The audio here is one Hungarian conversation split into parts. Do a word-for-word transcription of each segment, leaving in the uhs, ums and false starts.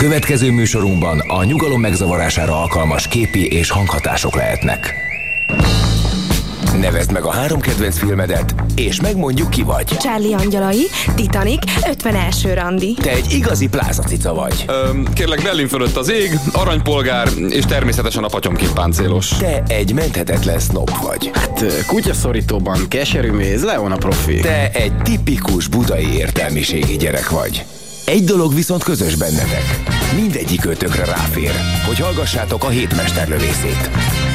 Következő műsorunkban a nyugalom megzavarására alkalmas képi és hanghatások lehetnek. Nevezd meg a három kedvenc filmedet, és megmondjuk, ki vagy. Charlie angyalai, Titanic, ötven első randi. Te egy igazi plázacica vagy. Öm, kérlek, Berlin fölött az ég, aranypolgár, és természetesen a patyomkimpáncélos. Te egy menthetetlen snob vagy. Hát kutyaszorítóban keserű méz, Leon a profi. Te egy tipikus budai értelmiségi gyerek vagy. Egy dolog viszont közös bennetek. Mindegyik ötökre ráfér, hogy hallgassátok a Hétmesterlövészét.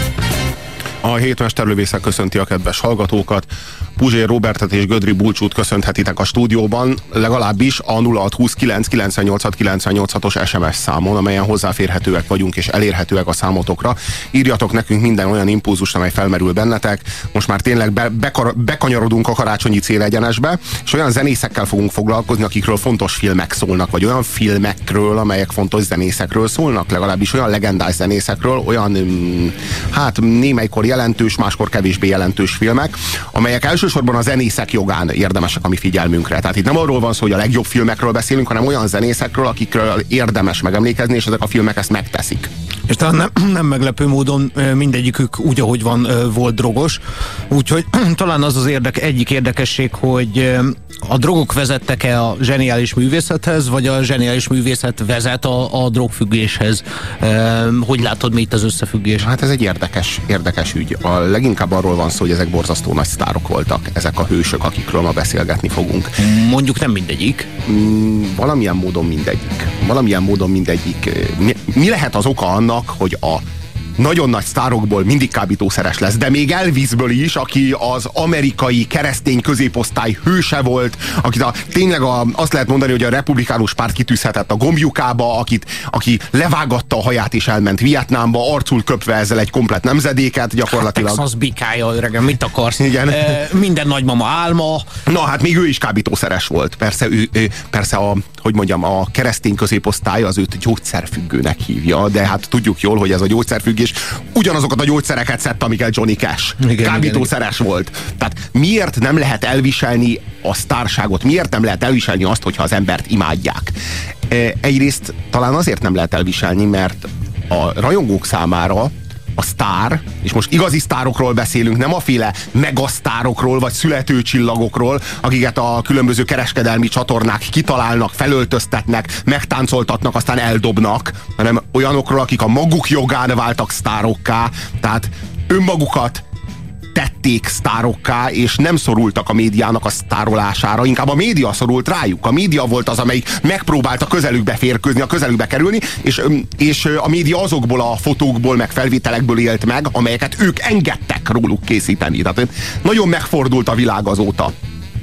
A Hétmesterlövészek köszönti a kedves hallgatókat. Puzsér Robertet és Gödri Bulcsút köszönhetitek a stúdióban, legalábbis a nulla hat huszonkilenc kilencvennyolc kilencvennyolc-os es em es számon, amelyen hozzáférhetőek vagyunk és elérhetőek a számotokra. Írjatok nekünk minden olyan impulzust, amely felmerül bennetek. Most már tényleg be, bekar, bekanyarodunk a karácsonyi célegyenesbe, és olyan zenészekkel fogunk foglalkozni, akikről fontos filmek szólnak, vagy olyan filmekről, amelyek fontos zenészekről szólnak, legalábbis olyan legendás zenészekről, olyan hát némelykor jelentős, máskor kevésbé jelentős filmek, amelyek elsősorban a zenészek jogán érdemesek a mi figyelmünkre. Tehát itt nem arról van szó, hogy a legjobb filmekről beszélünk, hanem olyan zenészekről, akikről érdemes megemlékezni, és ezek a filmek ezt megteszik. És talán nem, nem meglepő módon mindegyikük úgy, ahogy van, volt drogos. Úgyhogy talán az az érdek, egyik érdekesség, hogy a drogok vezettek-e a zseniális művészethez, vagy a zseniális művészet vezet a, a drogfüggéshez? Hogy látod, mi itt az összefüggés? Hát ez egy érdekes, érdekes ügy. A leginkább arról van szó, hogy ezek borzasztó nagy sztárok voltak, ezek a hősök, akikről ma beszélgetni fogunk. Mondjuk nem mindegyik. Mm, valamilyen módon mindegyik. Valamilyen módon mindegyik. Mi, mi lehet az oka annak, hogy a nagyon nagy sztárokból mindig kábítószeres lesz, de még Elvisből is, aki az amerikai keresztény középosztály hőse volt, akit a, tényleg a, azt lehet mondani, hogy a republikánus párt kitűzhetett a gombjukába, akit, aki levágatta a haját és elment Vietnámba, arcul köpve ezzel egy komplett nemzedéket gyakorlatilag. Texas bikája, öregem, mit akarsz? Igen. E, minden nagymama álma. Na hát még ő is kábítószeres volt. Persze, ő, ő, persze a, hogy mondjam, a keresztény középosztály az őt gyógyszerfüggőnek hívja, de hát tudjuk jól, hogy ez a gyógyszerfüggés ugyanazokat a gyógyszereket szedte, amiket Johnny Cash. Igen, kábítószeres igen, volt. Tehát miért nem lehet elviselni a sztárságot? Miért nem lehet elviselni azt, hogyha az embert imádják? Egyrészt talán azért nem lehet elviselni, mert a rajongók számára a sztár, és most igazi sztárokról beszélünk, nem a féle megasztárokról, vagy születőcsillagokról, akiket a különböző kereskedelmi csatornák kitalálnak, felöltöztetnek, megtáncoltatnak, aztán eldobnak, hanem olyanokról, akik a maguk jogán váltak sztárokká, tehát önmagukat tették sztárokká, és nem szorultak a médiának a sztárolására, inkább a média szorult rájuk. A média volt az, amelyik megpróbált a közelükbe férkőzni, a közelükbe kerülni, és, és a média azokból a fotókból, meg felvételekből élt meg, amelyeket ők engedtek róluk készíteni. Tehát nagyon megfordult a világ azóta.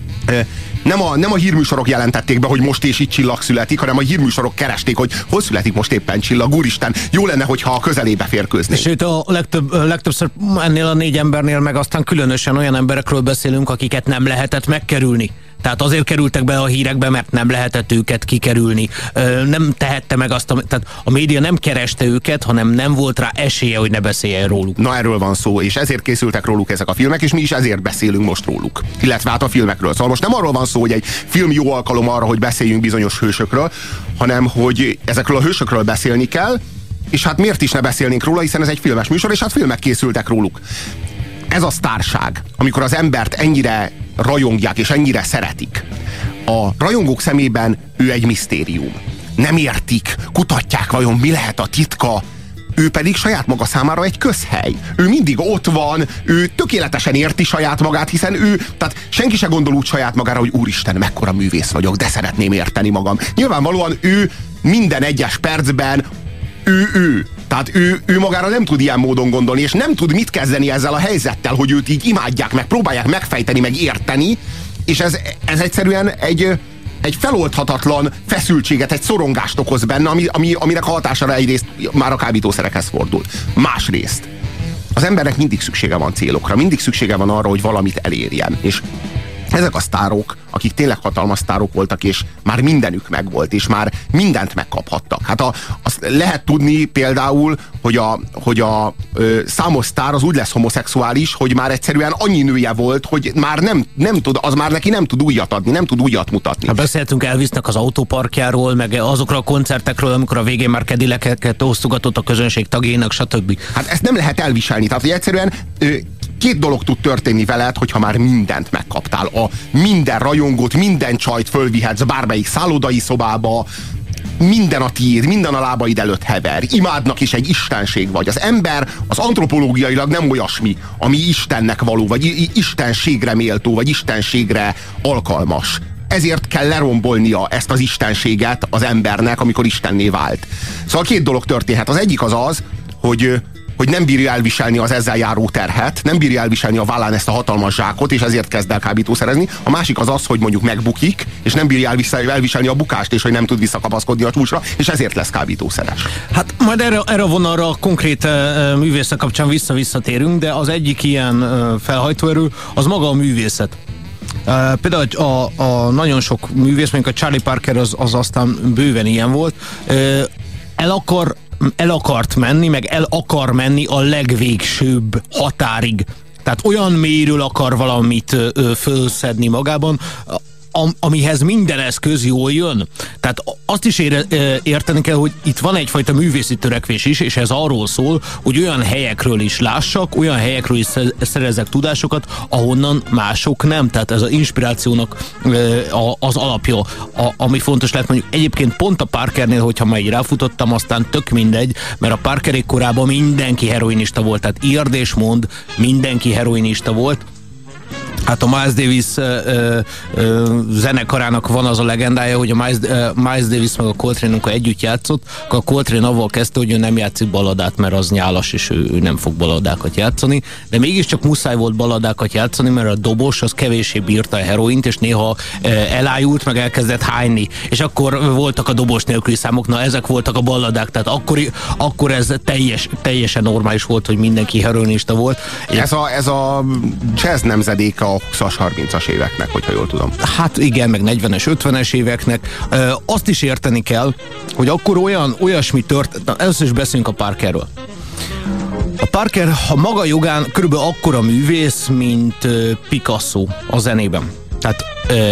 Nem a, nem a hírműsorok jelentették be, hogy most és itt csillag születik, hanem a hírműsorok keresték, hogy hol születik most éppen csillag. Úristen, jó lenne, hogyha a közelébe férkőznénk. Sőt, a legtöbb, legtöbbször ennél a négy embernél meg aztán különösen olyan emberekről beszélünk, akiket nem lehetett megkerülni. Tehát azért kerültek be a hírekbe, mert nem lehetett őket kikerülni. Nem tehette meg azt, a, tehát a média nem kereste őket, hanem nem volt rá esélye, hogy ne beszéljen róluk. Na, erről van szó, és ezért készültek róluk ezek a filmek, és mi is ezért beszélünk most róluk. Illetve hát a filmekről. Szóval most nem arról van szó, hogy egy film jó alkalom arra, hogy beszéljünk bizonyos hősökről, hanem hogy ezekről a hősökről beszélni kell, és hát miért is ne beszélnénk róla, hiszen ez egy filmes műsor, és hát filmek készültek róluk. Ez a sztárság, amikor az embert ennyire rajongják és ennyire szeretik. A rajongók szemében ő egy misztérium. Nem értik, kutatják vajon mi lehet a titka, ő pedig saját maga számára egy közhely. Ő mindig ott van, ő tökéletesen érti saját magát, hiszen ő, tehát senki se gondol úgy saját magára, hogy úristen, mekkora művész vagyok, de szeretném érteni magam. Nyilvánvalóan ő minden egyes percben ő ő. Tehát ő, ő magára nem tud ilyen módon gondolni, és nem tud mit kezdeni ezzel a helyzettel, hogy őt így imádják, meg próbálják megfejteni, meg érteni, és ez, ez egyszerűen egy, egy feloldhatatlan feszültséget, egy szorongást okoz benne, ami, ami, aminek a hatására egyrészt már a kábítószerekhez fordul. Másrészt az embernek mindig szüksége van célokra, mindig szüksége van arra, hogy valamit elérjen. És ezek a sztárok, akik tényleg hatalmas sztárok voltak, és már mindenük megvolt, és már mindent megkaphattak. Hát a, azt lehet tudni például, hogy a, hogy a ö, számos sztár az úgy lesz homoszexuális, hogy már egyszerűen annyi nője volt, hogy már nem, nem tud, az már neki nem tud újat adni, nem tud újat mutatni. Ha beszéltünk Elvisnek az autóparkjáról, meg azokról a koncertekről, amikor a végén már kedilekeket osztogatott a közönség tagjainak, stb. Hát ezt nem lehet elviselni. Tehát, hogy egyszerűen ö, két dolog tud történni veled, hogyha már mindent megkaptál. A minden rajongót, minden csajt fölvihetsz bármelyik szállodai szobába, minden a tiéd, minden a lábaid előtt hever. Imádnak, és egy istenség vagy. Az ember az antropológiailag nem olyasmi, ami istennek való, vagy istenségre méltó, vagy istenségre alkalmas. Ezért kell lerombolnia ezt az istenséget az embernek, amikor istenné vált. Szóval két dolog történhet. Az egyik az az, hogy hogy nem bírja elviselni az ezzel járó terhet, nem bírja elviselni a vállán ezt a hatalmas zsákot, és ezért kezd el kábítószerezni. A másik az az, hogy mondjuk megbukik, és nem bírja elviselni a bukást, és hogy nem tud visszakapaszkodni a csúcsra, és ezért lesz kábítószeres. Hát majd erre, erre a vonalra a konkrét uh, művészet kapcsán vissza-visszatérünk, de az egyik ilyen uh, felhajtóerő az maga a művészet. Uh, például a, a nagyon sok művész, mondjuk a Charlie Parker az, az aztán bőven ilyen volt, uh, el akar el akart menni, meg el akar menni a legvégsőbb határig. Tehát olyan mélyről akar valamit ö, fölszedni magában, am, amihez minden eszköz jól jön. Tehát azt is ére, érteni kell, hogy itt van egyfajta művészi törekvés is, és ez arról szól, hogy olyan helyekről is lássak, olyan helyekről is szerezzek tudásokat, ahonnan mások nem. Tehát ez az inspirációnak az alapja, ami fontos lehet. Mondjuk egyébként pont a Parkernél, hogyha már így ráfutottam, aztán tök mindegy, mert a Parkerék korában mindenki heroinista volt, tehát írd és mond, mindenki heroinista volt. Hát a Miles Davis ö, ö, ö, zenekarának van az a legendája, hogy a Miles, ö, Miles Davis meg a Coltrane, amikor együtt játszott, akkor a Coltrane avval kezdte, hogy ő nem játszik balladát, mert az nyálas, és ő, ő nem fog balladákat játszani, de mégiscsak muszáj volt balladákat játszani, mert a dobos az kevéssé bírta a heroint, és néha ö, elájult, meg elkezdett hányni, és akkor voltak a dobos nélküli számok, na ezek voltak a balladák, tehát akkor, akkor ez teljes, teljesen normális volt, hogy mindenki heroinista volt. Ez a, ez a jazz nemzedék a húszas, harmincas éveknek, hogyha jól tudom. Hát igen, meg negyvenes, ötvenes éveknek. Ö, azt is érteni kell, hogy akkor olyan, olyasmi történt. Először is beszélünk a Parkerről. A Parker a maga jogán körülbelül akkora művész, mint ö, Picasso a zenében. Tehát ö,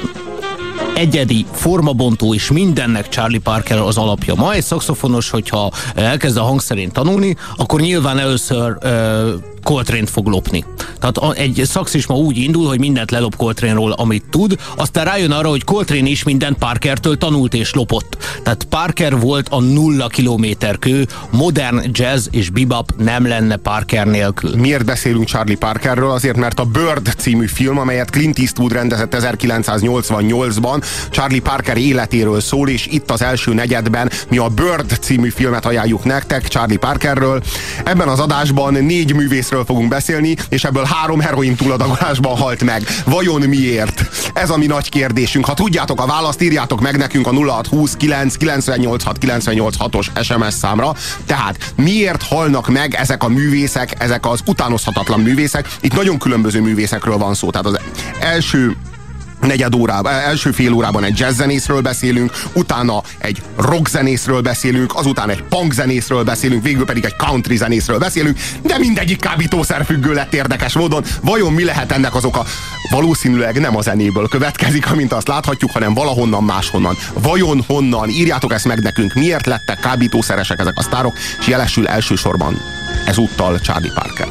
egyedi, formabontó és mindennek Charlie Parker az alapja. Ma egy szaxofonos, hogyha elkezd a hangszerén tanulni, akkor nyilván először ö, Coltrane-t fog lopni. Tehát egy szaxis ma úgy indul, hogy mindent lelop Coltrane-ról, amit tud, aztán rájön arra, hogy Coltrane is mindent Parkertől tanult és lopott. Tehát Parker volt a nulla kilométer kő, modern jazz és bebop nem lenne Parker nélkül. Miért beszélünk Charlie Parkerről? Azért, mert a Bird című film, amelyet Clint Eastwood rendezett ezerkilencszáznyolcvannyolcban, Charlie Parker életéről szól, és itt az első negyedben mi a Bird című filmet ajánljuk nektek Charlie Parkerről. Ebben az adásban négy művészről fogunk beszélni, és ebből három heroin túladagolásban halt meg. Vajon miért? Ez a mi nagy kérdésünk. Ha tudjátok a választ, írjátok meg nekünk a nulla hat húsz kilenc kilencnyolc hat kilencnyolc hatos es em es számra. Tehát miért halnak meg ezek a művészek, ezek az utánozhatatlan művészek? Itt nagyon különböző művészekről van szó. Tehát az első negyed órában, első fél órában egy jazzzenészről beszélünk, utána egy rockzenészről beszélünk, azután egy punkzenészről beszélünk, végül pedig egy country zenészről beszélünk, de mindegyik kábítószerfüggő lett érdekes módon. Vajon mi lehet ennek az oka? Valószínűleg nem a zenéből következik, amint azt láthatjuk, hanem valahonnan máshonnan. Vajon honnan? Írjátok ezt meg nekünk, miért lettek kábítószeresek ezek a sztárok, és jelesül elsősorban ezúttal Charlie Parker.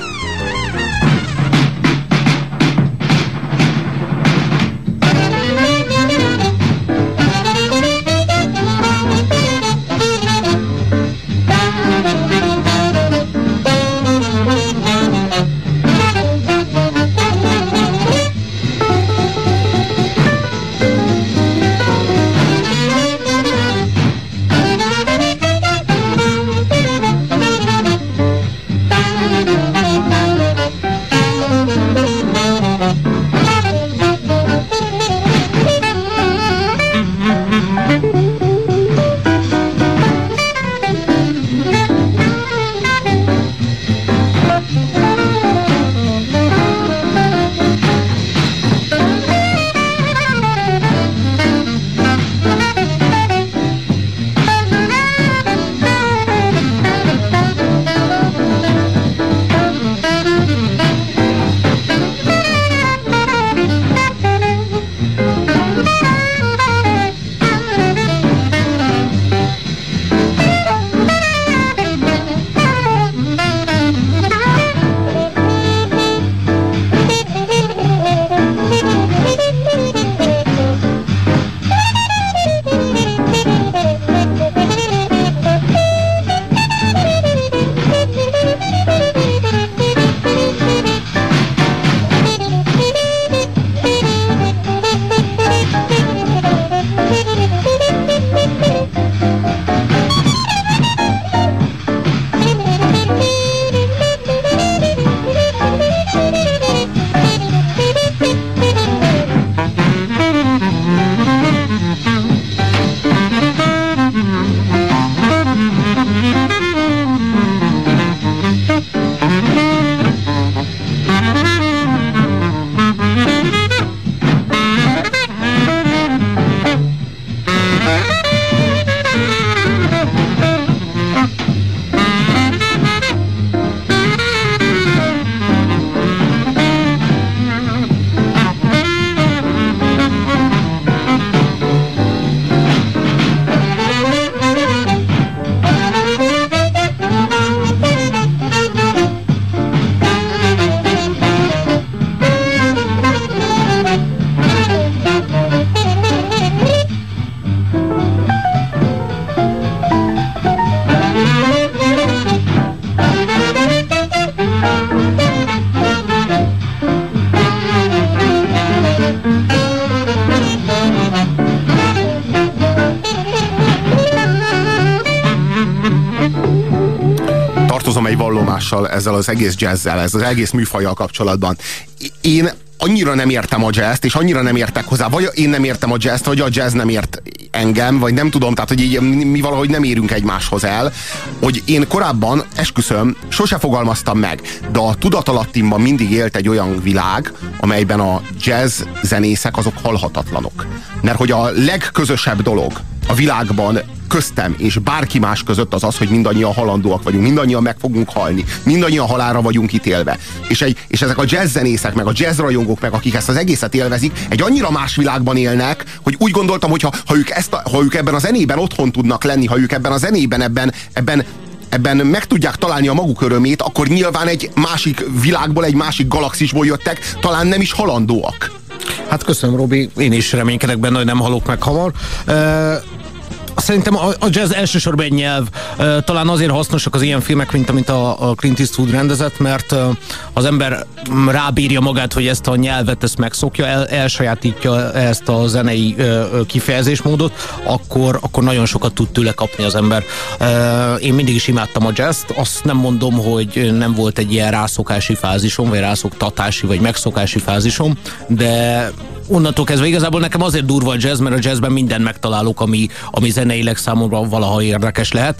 tartozom egy vallomással ezzel az egész jazzzel, ezzel az egész műfajjal kapcsolatban. Én annyira nem értem a jazzt, és annyira nem értek hozzá, vagy én nem értem a jazzt, vagy a jazz nem ért engem, vagy nem tudom, tehát hogy így mi valahogy nem érünk egymáshoz el, hogy én korábban, esküszöm, sose fogalmaztam meg, de a tudatalattimban mindig élt egy olyan világ, amelyben a jazz zenészek azok halhatatlanok. Mert hogy a legközösebb dolog a világban köztem és bárki más között az az, hogy mindannyian halandóak vagyunk, mindannyian meg fogunk halni, mindannyian halálra vagyunk ítélve. És, egy, és ezek a jazzzenészek, meg a jazzrajongók, meg akik ezt az egészet élvezik, egy annyira más világban élnek, hogy úgy gondoltam, hogy ha, ha, ők, ezt a, ha ők ebben a zenében otthon tudnak lenni, ha ők ebben a zenében, ebben, ebben ebben meg tudják találni a maguk örömét, akkor nyilván egy másik világból, egy másik galaxisból jöttek, talán nem is halandóak. Hát köszönöm, Robi, én is reménykedek benne, hogy nem halok meg hamar. Uh... Szerintem a, a jazz elsősorban egy nyelv. Uh, talán azért hasznosak az ilyen filmek, mint amit a, a Clint Eastwood rendezett, mert uh, az ember rábírja magát, hogy ezt a nyelvet, ezt megszokja, el, elsajátítja ezt a zenei uh, kifejezésmódot, akkor, akkor nagyon sokat tud tőle kapni az ember. Uh, én mindig is imádtam a jazzt, azt nem mondom, hogy nem volt egy ilyen rászokási fázisom, vagy rászoktatási, vagy megszokási fázisom, de onnantól kezdve igazából nekem azért durva a jazz, mert a jazzben mindent megtalálok, ami, ami zeneileg számomra valaha érdekes lehet,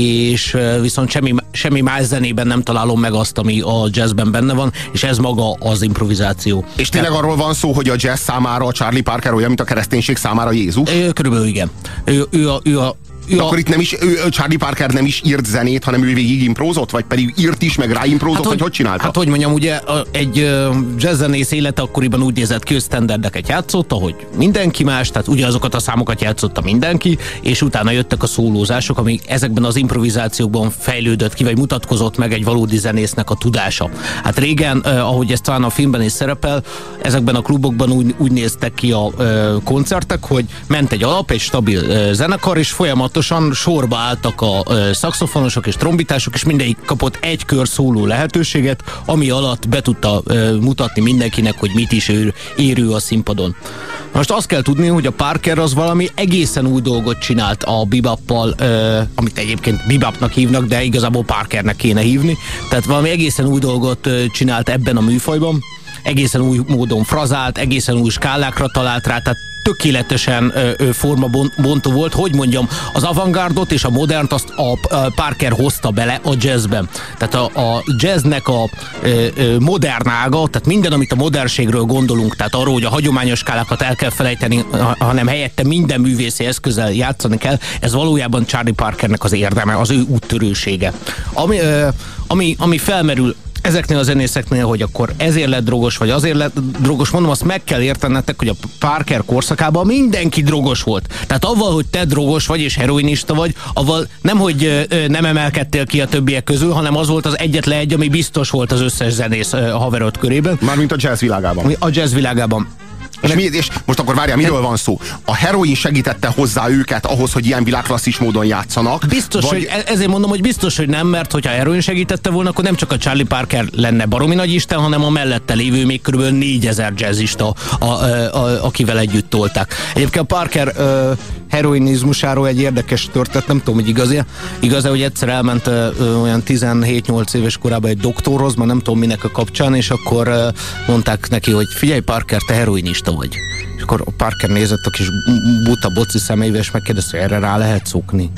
és viszont semmi, semmi más zenében nem találom meg azt, ami a jazzben benne van, és ez maga az improvizáció. És tényleg Te... arról van szó, hogy a jazz számára a Charlie Parker olyan, mint a kereszténység számára Jézus? Körülbelül igen. Ő, ő a, ő a Ja. Akkor itt nem is, ő, Charlie Parker nem is írt zenét, hanem ő végig imprózott, vagy pedig írt is, meg ráimprózott, hát, hogy hogy csinálta? Hát hogy mondjam, ugye egy jazzzenész élete akkoriban úgy nézett ki, hogy standardeket játszott, ahogy mindenki más, tehát ugyanazokat a számokat játszotta mindenki, és utána jöttek a szólózások, amik ezekben az improvizációkban fejlődött ki, vagy mutatkozott meg egy valódi zenésznek a tudása. Hát régen, eh, ahogy ez talán a filmben is szerepel, ezekben a klubokban úgy, úgy néztek ki a eh, koncertek, hogy ment egy alap, egy stabil eh, zenekar, és folyamat sorba álltak a ö, szaxofonosok és trombitások, és mindegyik kapott egy kör szóló lehetőséget, ami alatt be tudta ö, mutatni mindenkinek, hogy mit is ér, érő a színpadon. Most azt kell tudni, hogy a Parker az valami egészen új dolgot csinált a beboppal, ö, amit egyébként bebopnak hívnak, de igazából Parkernek kéne hívni. Tehát valami egészen új dolgot ö, csinált ebben a műfajban, egészen új módon frazált, egészen új skálákra talált rá, tehát tökéletesen ö, ö, formabontó volt, hogy mondjam, az avantgárdot és a modernt azt a, a Parker hozta bele a jazzben. Tehát a, a jazznek a ö, ö, modern ága, tehát minden, amit a modernségről gondolunk, tehát arról, hogy a hagyományos skálákat el kell felejteni, hanem helyette minden művészi eszközzel játszani kell, ez valójában Charlie Parkernek az érdeme, az ő úttörősége. Ami, ö, ami, ami felmerül ezeknél a zenészeknél, hogy akkor ezért lett drogos, vagy azért lett drogos, mondom, azt meg kell értenetek, hogy a Parker korszakában mindenki drogos volt. Tehát avval, hogy te drogos vagy és heroinista vagy, avval nem, hogy nem emelkedtél ki a többiek közül, hanem az volt az egyetlen egy, ami biztos volt az összes zenész haverod körében. Mármint a jazz világában. A jazz világában. És, mi, és most akkor várjál, miről van szó? A heroin segítette hozzá őket ahhoz, hogy ilyen világklasszis módon játszanak? Biztos, vagy... hogy ezért mondom, hogy biztos, hogy nem, mert hogyha a heroin segítette volna, akkor nem csak a Charlie Parker lenne baromi nagy isten, hanem a mellette lévő még kb. négyezer jazzista, a, a, a, akivel együtt tolták. Egyébként a Parker ö, heroinizmusáról egy érdekes történet, nem tudom, hogy igaz-e, igaz-e, hogy egyszer elment ö, olyan tizenhét-nyolc éves korában egy doktorhoz, már nem tudom minek a kapcsán, és akkor ö, mondták neki, hogy figyelj Parker, te heroinista vagy. És akkor a Parker nézett a kis buta boci szemeivel, és megkérdezte, hogy erre rá lehet szokni.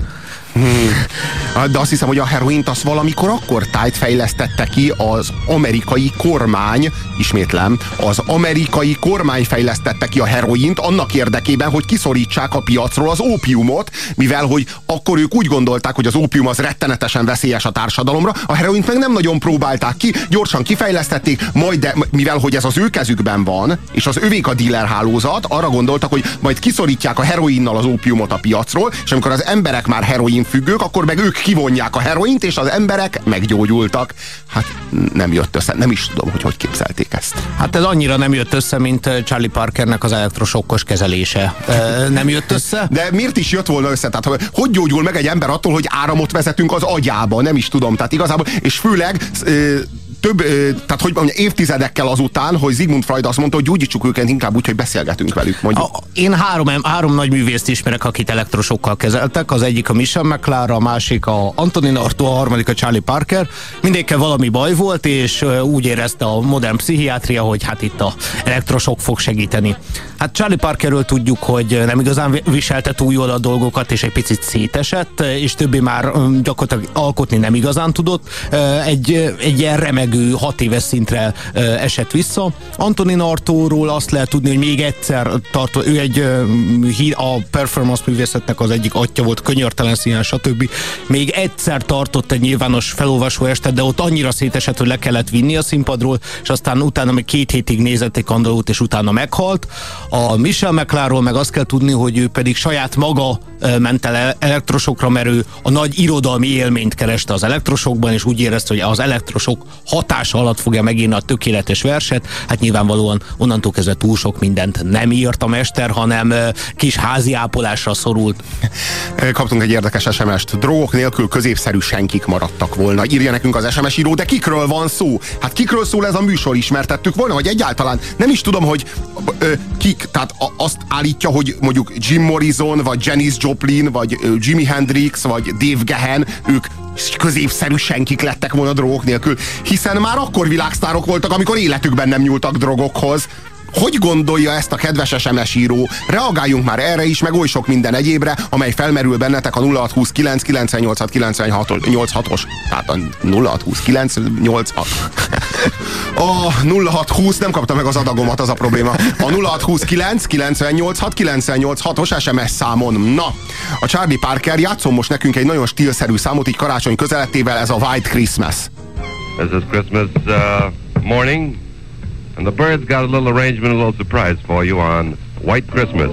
Hmm. De azt hiszem, hogy a heroint azt valamikor akkor tájt fejlesztette ki az amerikai kormány, ismétlem, az amerikai kormány fejlesztette ki a heroint annak érdekében, hogy kiszorítsák a piacról az ópiumot, mivel hogy akkor ők úgy gondolták, hogy az ópium az rettenetesen veszélyes a társadalomra, a heroint meg nem nagyon próbálták ki, gyorsan kifejlesztették, majd de, mivel hogy ez az ő kezükben van, és az övék a dealer hálózat, arra gondoltak, hogy majd kiszorítják a heroinnal az ópiumot a piacról, és amikor az emberek már heroin függők, akkor meg ők kivonják a heroint, és az emberek meggyógyultak. Hát nem jött össze, nem is tudom, hogy hogy képzelték ezt. Hát ez annyira nem jött össze, mint Charlie Parkernek az elektrosokkos kezelése. Nem jött össze? De miért is jött volna össze? Tehát hogy gyógyul meg egy ember attól, hogy áramot vezetünk az agyába? Nem is tudom. Tehát igazából, és főleg több, tehát hogy mondjam, évtizedekkel azután, hogy Sigmund Freud azt mondta, hogy gyógyítsuk őket inkább úgy, hogy beszélgetünk velük, mondjuk. A, én három, három nagy művészt ismerek, akit elektrosokkal kezeltek. Az egyik a Michel McLaren, a másik a Antonin Artaud, a harmadik a Charlie Parker. Mindegyikkel valami baj volt, és úgy érezte a modern pszichiátria, hogy hát itt a elektrosok fog segíteni. Hát Charlie Parkerről tudjuk, hogy nem igazán viselte túl jól a dolgokat, és egy picit szétesett, és többé már gyakorlatilag alkotni nem igazán tudott. Egy, egy ilyen remegő, hat éves szintre esett vissza. Antonin Artaudról azt lehet tudni, hogy még egyszer tartott, ő egy a performance művészetnek az egyik atya volt, Könyörtelen színház, stb. Még egyszer tartott egy nyilvános felolvasó estet, de ott annyira szétesett, hogy le kellett vinni a színpadról, és aztán utána még két hétig nézett egy kandallót, és utána meghalt. A Michel McLarenról meg azt kell tudni, hogy ő pedig saját maga ment el elektrosokra, mert ő a nagy irodalmi élményt kereste az elektrosokban, és úgy érezte, hogy az elektrosok hatása alatt fogja megírni a tökéletes verset. Hát nyilvánvalóan onnantól kezdve túl sok mindent nem írt a mester, hanem kis házi ápolásra szorult. Kaptunk egy érdekes es em est. Drogok nélkül középszerű senkik maradtak volna. Írja nekünk az es em es író, de kikről van szó? Hát kikről szól ez a műsor? Ismertettük volna, vagy egyáltalán nem is tudom, hogy ö, kik, tehát a, azt állítja, hogy mondjuk Jim Morrison, vagy Janis Joplin, vagy ö, Jimi Hendrix, vagy Dave Gahan, ők középszerű senkik lettek volna drogok nélkül, hiszen már akkor világsztárok voltak, amikor életükben nem nyúltak drogokhoz. Hogy gondolja ezt a kedves es em es író? Reagáljunk már erre is, meg oly sok minden egyébre, amely felmerül bennetek a nulla hat huszonkilenc kilencvennyolc kilencvenhatos. Tehát a nulla hat huszonkilenc nyolcvanhat. A nulla hat húsz, nem kapta meg az adagomat, az a probléma. A nulla hat huszonkilenc kilencvennyolc kilencvennyolc es em es számon. Na, a Charlie Parker játszom most nekünk egy nagyon stílszerű számot, így karácsony közelettével, ez a White Christmas. This is Christmas uh, morning. And the Byrds got a little arrangement, a little surprise for you on White Christmas.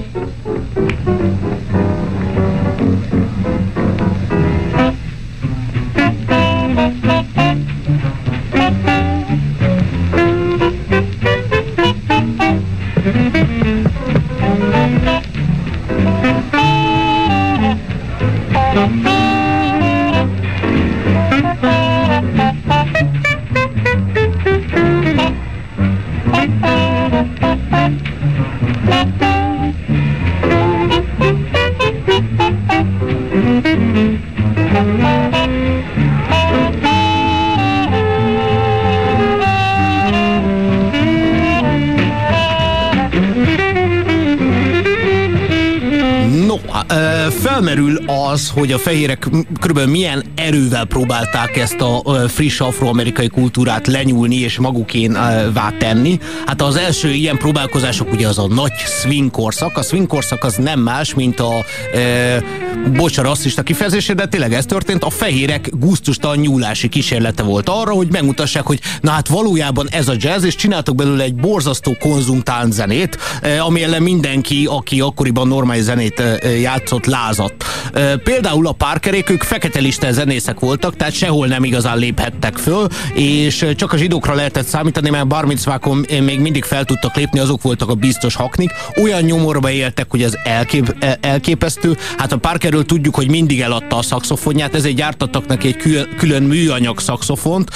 Felmerül az, hogy a fehérek körülbelül milyen erővel próbálták ezt a friss afroamerikai kultúrát lenyúlni és magukénvá tenni. Hát az első ilyen próbálkozások ugye az a nagy swing korszak. A swing korszak az nem más, mint a e, bocs a rasszista kifejezésre, de tényleg ez történt. A fehérek gusztustalan nyúlási kísérlete volt arra, hogy megmutassák, hogy na hát valójában ez a jazz, és csináltak belőle egy borzasztó konzum tánczenét, ami ellen mindenki, aki akkoriban normális zenét játszott, lázadt. Például a Parkerék, ők fekete listán zenészek voltak, tehát sehol nem igazán léphettek föl, és csak a zsidókra lehetett számítani, mert bármicvákon még mindig fel tudtak lépni, azok voltak a biztos haknik. Olyan nyomorba éltek, hogy ez elkép, elképesztő. Hát a Parkerről tudjuk, hogy mindig eladta a szaxofonját, ezért gyártattak neki egy külön, külön műanyag szaxofont,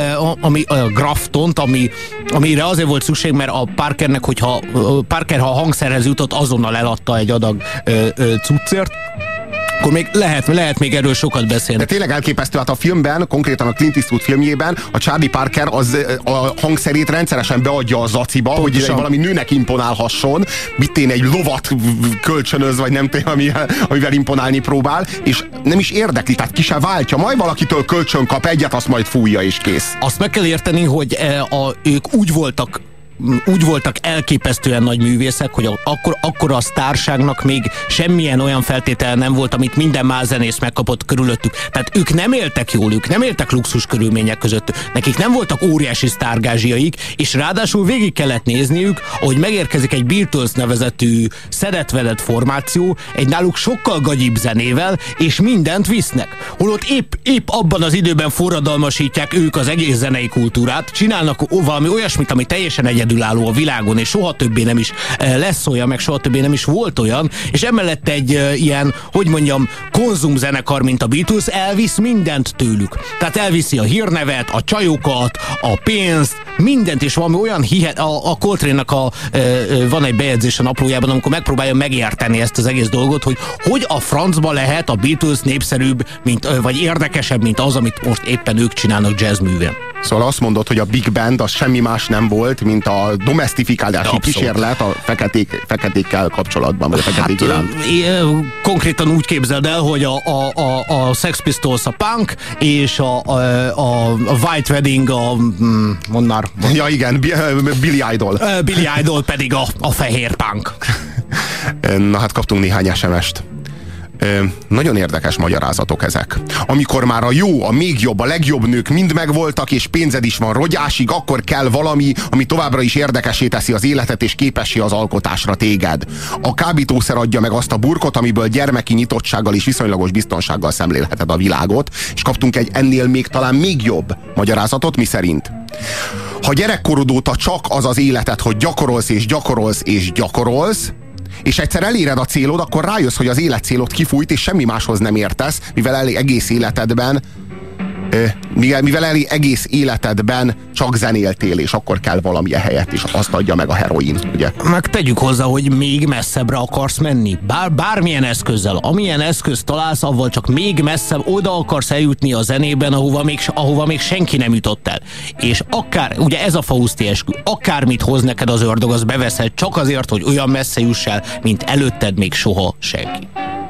ami a Graftont, ami, amire azért volt szükség, mert a Parkernek, hogyha Parker, ha a hangszerhez jutott, azonnal eladta egy adag ö, ö, cuccért. Akkor még lehet, lehet még erről sokat beszélni. De tényleg elképesztő, hát a filmben, konkrétan a Clint Eastwood filmjében a Charlie Parker az a hangszerét rendszeresen beadja a zaciba, pontosan, hogy valami nőnek imponálhasson, mittén egy lovat kölcsönöz, vagy nem tudom, amivel imponálni próbál, és nem is érdekli, tehát ki se váltja, majd valakitől kölcsön kap egyet, azt majd fújja és kész. Azt meg kell érteni, hogy a, ők úgy voltak úgy voltak elképesztően nagy művészek, hogy akkor, akkor a sztárságnak még semmilyen olyan feltétel nem volt, amit minden más zenész megkapott körülöttük. Tehát ők nem éltek jól, ők nem éltek luxus körülmények között. Nekik nem voltak óriási sztárgázsiaik, és ráadásul végig kellett nézniük, ahogy megérkezik egy Beatles nevezetű szedett-vedett formáció, egy náluk sokkal gagyibb zenével, és mindent visznek. Holott épp, épp abban az időben forradalmasítják ők az egész zenei kultúrát, csinálnak valami olyasmit, ami teljesen egyedül egyedülálló a világon, és soha többé nem is lesz olyan, meg soha többé nem is volt olyan, és emellett egy uh, ilyen, hogy mondjam, konzumzenekar, mint a Beatles, elvisz mindent tőlük. Tehát elviszi a hírnevet, a csajokat, a pénzt, mindent, és valami olyan hihet, a, a Coltrane-nak a, uh, van egy bejegyzés a naplójában, amikor megpróbálja megérteni ezt az egész dolgot, hogy hogy a francba lehet a Beatles népszerűbb, mint, uh, vagy érdekesebb, mint az, amit most éppen ők csinálnak jazzművén. Szóval azt mondod, hogy a Big Band az semmi más nem volt, mint a domesztifikálási kísérlet a feketék, feketékkel kapcsolatban, vagy a feketék hát, iránt. Konkrétan úgy képzeld el, hogy a, a, a, a Sex Pistols a punk, és a, a, a White Wedding a... Mondd már. Ja igen, Billy Idol. Billy Idol pedig a, a fehér punk. Na hát kaptunk néhány es em est. Ö, nagyon érdekes magyarázatok ezek. Amikor már a jó, a még jobb, a legjobb nők mind megvoltak, és pénzed is van rogyásig, akkor kell valami, ami továbbra is érdekessé teszi az életet, és képessé az alkotásra téged. A kábítószer adja meg azt a burkot, amiből gyermeki nyitottsággal és viszonylagos biztonsággal szemlélheted a világot, és kaptunk egy ennél még talán még jobb magyarázatot, miszerint ha gyerekkorod óta csak az az életed, hogy gyakorolsz és gyakorolsz és gyakorolsz, és egyszer eléred a célod, akkor rájössz, hogy az életcélod kifújt, és semmi máshoz nem értesz, mivel elég egész életedben mivel, mivel elég egész életedben csak zenéltél, és akkor kell valami helyett, és azt adja meg a heroin, ugye? Meg tegyük hozzá, hogy még messzebbre akarsz menni. Bár, bármilyen eszközzel, amilyen eszközt találsz, avval csak még messzebb oda akarsz eljutni a zenében, ahova még, ahova még senki nem jutott el. És akár, ugye ez a Fauszti eskü, akármit hoz neked az ördög, az beveszed csak azért, hogy olyan messze juss el, mint előtted még soha senki.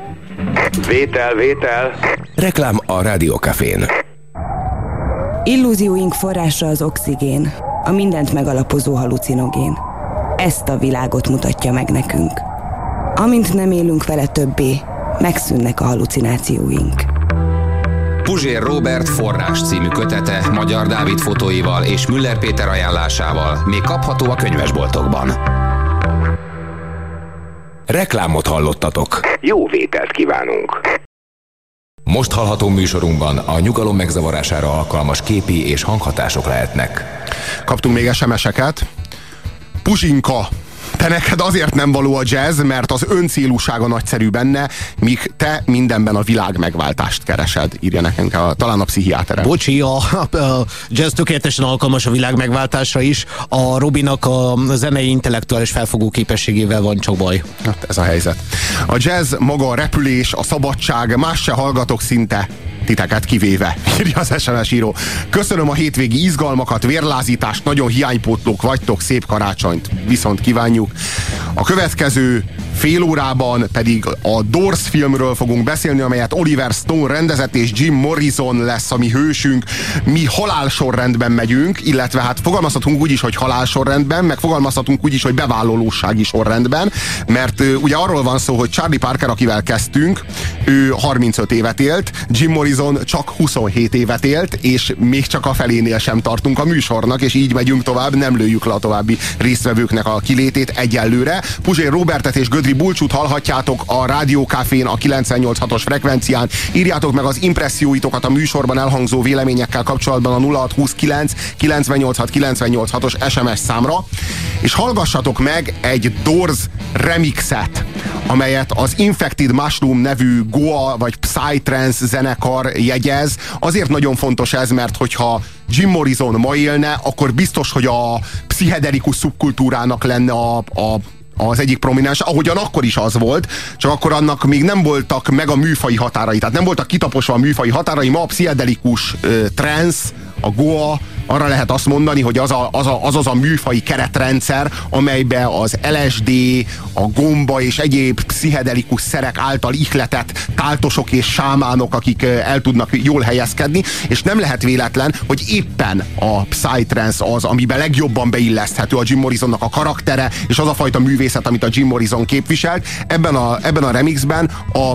Vétel, vétel. Reklám a Rádiókafén. Illúzióink forrása az oxigén, a mindent megalapozó halucinogén. Ezt a világot mutatja meg nekünk. Amint nem élünk vele többé, megszűnnek a halucinációink. Puzsér Róbert Forrás című kötete Magyar Dávid fotóival és Müller Péter ajánlásával még kapható a könyvesboltokban. Reklámot hallottatok. Jó vételt kívánunk! Most hallható műsorunkban a nyugalom megzavarására alkalmas képi és hanghatások lehetnek. Kaptunk még es em es-eket. Puzsinka, te neked azért nem való a jazz, mert az öncélúsága nagyszerű benne, míg te mindenben a világ megváltást keresed, írja nekünk a, talán a pszichiátere. Bocsi, a, a jazz tökéletesen alkalmas a világ megváltásra is. A Robinak a zenei intellektuális felfogó képességével van csak baj. Hát ez a helyzet. A jazz maga a repülés, a szabadság, más se hallgatok szinte, titeket kivéve, írja az es em es író. Köszönöm a hétvégi izgalmakat, vérlázítást, nagyon hiánypótlók vagytok, szép karácsonyt viszont kívánjuk. A következő fél órában pedig a Doors filmről fogunk beszélni, amelyet Oliver Stone rendezett, és Jim Morrison lesz a mi hősünk. Mi halálsorrendben megyünk, illetve hát fogalmazhatunk úgy is, hogy halálsorrendben, meg fogalmazhatunk úgy is, hogy bevállalósági sorrendben, mert uh, ugye arról van szó, hogy Charlie Parker, akivel kezdtünk, ő harmincöt évet élt, Jim Morrison csak huszonhét évet élt, és még csak a felénél sem tartunk a műsornak, és így megyünk tovább, nem lőjük le a további résztvevőknek a kilétét egyelőre. Puzsér Róbertet és Gödri Bulcsút hallhatjátok a Rádiókafén a kilencvennyolc hatos frekvencián. Írjátok meg az impresszióitokat a műsorban elhangzó véleményekkel kapcsolatban a nulla hat huszonkilenc kilencvennyolc hat kilencvennyolc hatos es em es számra, és hallgassatok meg egy Doors remixet, amelyet az Infected Mushroom nevű Goa vagy Psytrance zenekar jegyez. Azért nagyon fontos ez, mert hogyha Jim Morrison ma élne, akkor biztos, hogy a pszichedelikus szubkultúrának lenne a, a az egyik prominens, ahogyan akkor is az volt, csak akkor annak még nem voltak meg a műfai határai, tehát nem voltak kitaposva a műfai határai. Ma a pszichedelikus uh, trance, a Goa, arra lehet azt mondani, hogy az, a, az, a, az az a műfai keretrendszer, amelybe az el es dé, a gomba és egyéb pszichedelikus szerek által ihletett táltosok és sámánok, akik el tudnak jól helyezkedni, és nem lehet véletlen, hogy éppen a psytrance az, amiben legjobban beilleszthető a Jim Morrisonnak a karaktere, és az a fajta művészet, amit a Jim Morrison képviselt. Ebben a, ebben a remixben a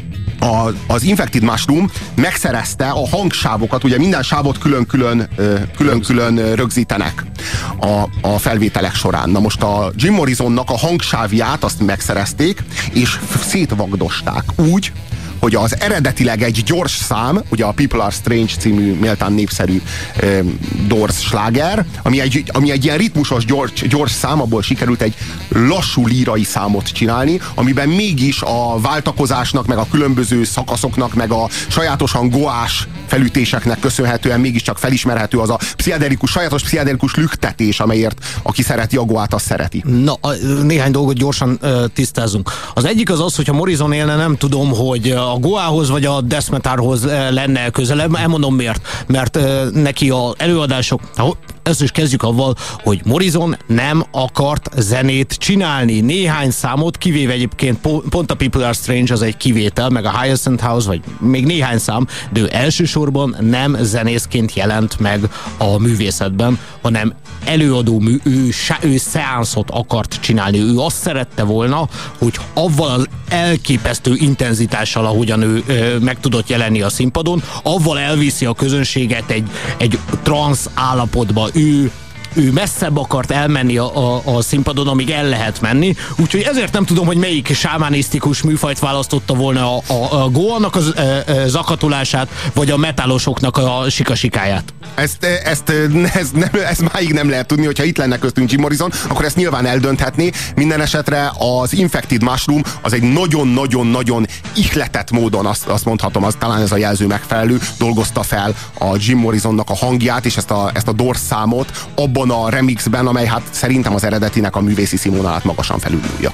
A, az Infected Mushroom megszerezte a hangsávokat, ugye minden sávot külön-külön külön-külön rögzítenek a, a felvételek során. Na most a Jim Morrisonnak a hangsávját azt megszerezték, és szétvagdosták úgy, hogy az eredetileg egy gyors szám, ugye a People Are Strange című méltán népszerű e, Doors sláger, ami egy, ami egy ilyen ritmusos gyors, gyors szám, abból sikerült egy lassú lírai számot csinálni, amiben mégis a váltakozásnak, meg a különböző szakaszoknak, meg a sajátosan goás felütéseknek köszönhetően mégiscsak felismerhető az a pszichedelikus, sajátos pszichedelikus lüktetés, amelyért aki szereti a goát, az szereti. Na, néhány dolgot gyorsan uh, tisztázunk. Az egyik az az, hogyha Morrison élne, nem tudom, hogy a goához vagy a death metalhoz uh, lenne közelebb. Elmondom miért. Mert uh, neki az előadások, ezt is kezdjük avval, hogy Morrison nem akart zenét csinálni. Néhány számot, kivéve egyébként pont a People Are Strange az egy kivétel, meg a Hyacinth House, vagy még néhány szám, de ő elsősorban nem zenészként jelent meg a művészetben, hanem előadó mű, ő, ő szeánszot akart csinálni. Ő azt szerette volna, hogy avval az elképesztő intenzitással, ahogyan ő ö, meg tudott jelenni a színpadon, avval elviszi a közönséget egy, egy transz állapotba. Ő ő messzebb akart elmenni a, a, a színpadon, amíg el lehet menni, úgyhogy ezért nem tudom, hogy melyik sámánisztikus műfajt választotta volna a, a, a Goa-nak az e, e, zakatolását, vagy a metálosoknak a sikasikáját. Ezt, ezt, ezt, nem, ezt máig nem lehet tudni, hogyha itt lenne köztünk Jim Morrison, akkor ezt nyilván eldönthetné. Minden esetre az Infected Mushroom az egy nagyon-nagyon-nagyon ihletett módon, azt, azt mondhatom, az, talán ez a jelző megfelelő, dolgozta fel a Jim Morrisonnak a hangját, és ezt a, ezt a Doors számot abban a remixben, amely hát szerintem az eredetinek a művészi színvonalát magasan felülmúlja.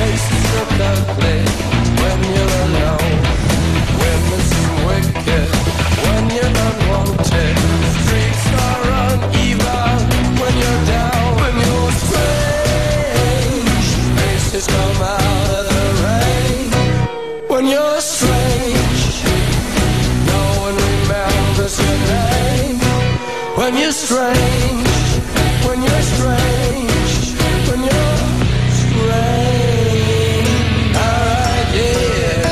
When you're alone, women seem wicked. when you're strange, when you're strange, when you're strange. Alright, yeah.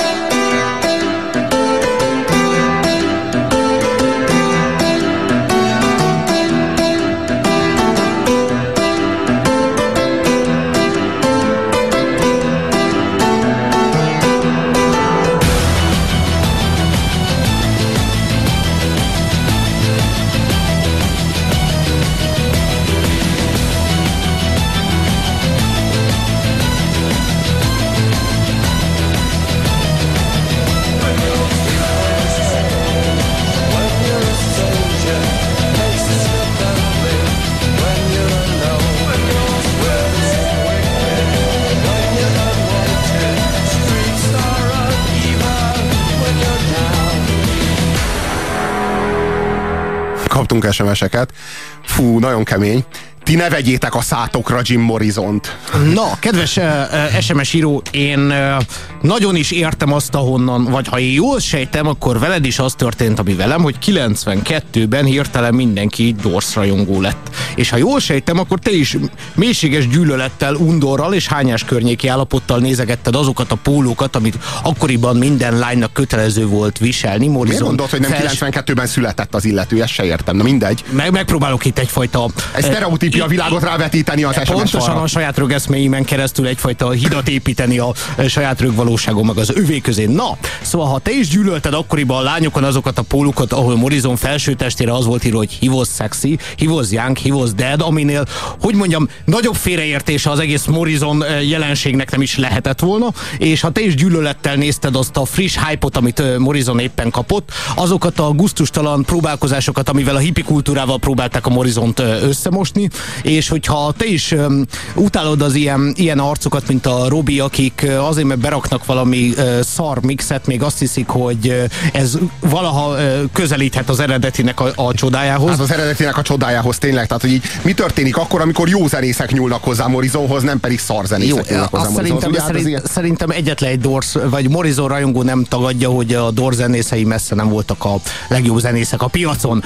Kaptunk es em es-eket. Fú, nagyon kemény. Ti ne vegyétek a szátokra Jim Morrisont. Na, kedves uh, es em es író, én uh, nagyon is értem azt, ahonnan, vagy ha én jól sejtem, akkor veled is az történt, ami velem, hogy kilencvenkettőben hirtelen mindenki Doors rajongó lett. És ha jól sejtem, akkor te is mélységes gyűlölettel, undorral és hányás környéki állapottal nézegetted azokat a pólókat, amit akkoriban minden lánynak kötelező volt viselni. Morrison. Miért mondod, hogy nem fels... kilencvenkettőben született az illető? Ezt se értem. Na mindegy. Meg, megpróbálok itt egyfajta... Egy sztereotípia világot rávetíteni az es em es Pontosan falra. A saját rögeszméimen keresztül egyfajta hidat építeni a saját rögvalóságon meg az övé közé. Na, szóval ha te is gyűlölted akkoriban a lányokon azokat a pólukat, ahol Morrison felsőtestére az volt írva, hogy he was sexy, he was young, he was dead, aminél, hogy mondjam, nagyobb félreértése az egész Morrison jelenségnek nem is lehetett volna, és ha te is gyűlölettel nézted azt a friss hype-ot, amit Morrison éppen kapott, azokat a gusztustalan próbálkozásokat, amivel a hippi kultúrával próbálták a Morrisont összemosni, és hogyha te is um, utálod az ilyen, ilyen arcokat, mint a Robi, akik uh, azért, mert beraknak valami uh, szar mixet, még azt hiszik, hogy uh, ez valaha uh, közelíthet az eredetinek a, a csodájához. Hát az eredetinek a csodájához tényleg, tehát hogy így mi történik akkor, amikor jó zenészek nyúlnak hozzá Morrisonhoz, nem pedig szar zenészek nyúlnak hozzá Morrisonhoz. Szerintem, hát szerint, ilyen... szerintem egyetlen egy Doors, vagy Morrison rajongó nem tagadja, hogy a Doors zenészei messze nem voltak a legjobb zenészek a piacon.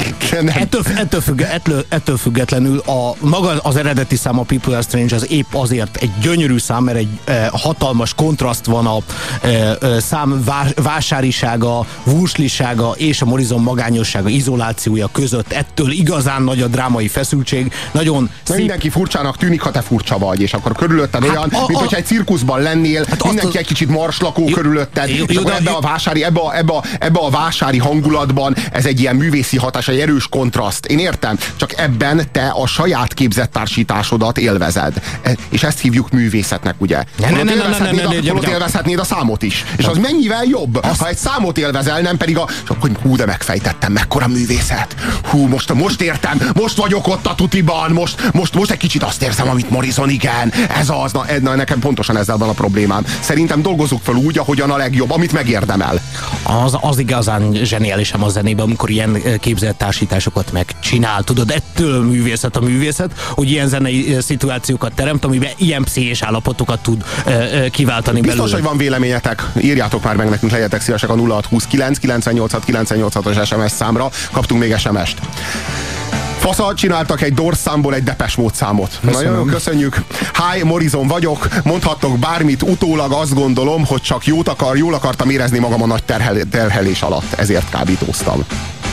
ettől, ettől, függ, ettől, ettől függetlenül a maga az eredeti szám, a People Are Strange, az épp azért egy gyönyörű szám, mert egy e, hatalmas kontraszt van a e, e, szám vás, vásárisága, vúslisága és a Morrison magányossága, izolációja között. Ettől igazán nagy a drámai feszültség. Nagyon szép... Mindenki furcsának tűnik, ha te furcsa vagy, és akkor körülötted hát olyan, a, mint a, hogyha egy cirkuszban lennél, hát mindenki a... egy kicsit marslakó jó, körülötted, jó, és jó, akkor ebbe a vásári, ebbe a, ebbe, a, ebbe a vásári hangulatban ez egy ilyen művészi hatás, egy erős kontraszt. Én értem, csak ebben te a saját képzett társításodat élvezed. És ezt hívjuk művészetnek, ugye? Holott élvezhetnéd a számot is. És az mennyivel jobb, ha egy számot élvezel, nem pedig a... Hogy hú, de megfejtettem, mekkora művészet. Hú, most, most értem, most vagyok ott a tutiban, most, most, most egy kicsit azt érzem, amit Morrison, igen. Ez az, na, na nekem pontosan ezzel van a problémám. Szerintem dolgozzuk fel úgy, ahogyan a legjobb, amit megérdemel. Az, az igazán zseniális a zenében, amikor ilyen képzelt társításokat megcsinál. Tudod, ettől művészet a művészet, hogy ilyen zenei szituációkat teremt, amiben ilyen pszichés állapotokat tud uh, uh, kiváltani Biztos, belőle. hogy van véleményetek. Írjátok már meg nekünk, legyetek szívesek a nulla hat huszonkilenc kilencvennyolc kilencvennyolc os es em es számra. Kaptunk még es em est. Fasza, csináltak egy Doors számból egy Depeche Mode számot. Nagyon jó, köszönjük. Hi, Morrison vagyok, mondhattok bármit, utólag azt gondolom, hogy csak jót akar, jól akartam érezni magam a nagy terhel, terhelés alatt, ezért kábítóztam.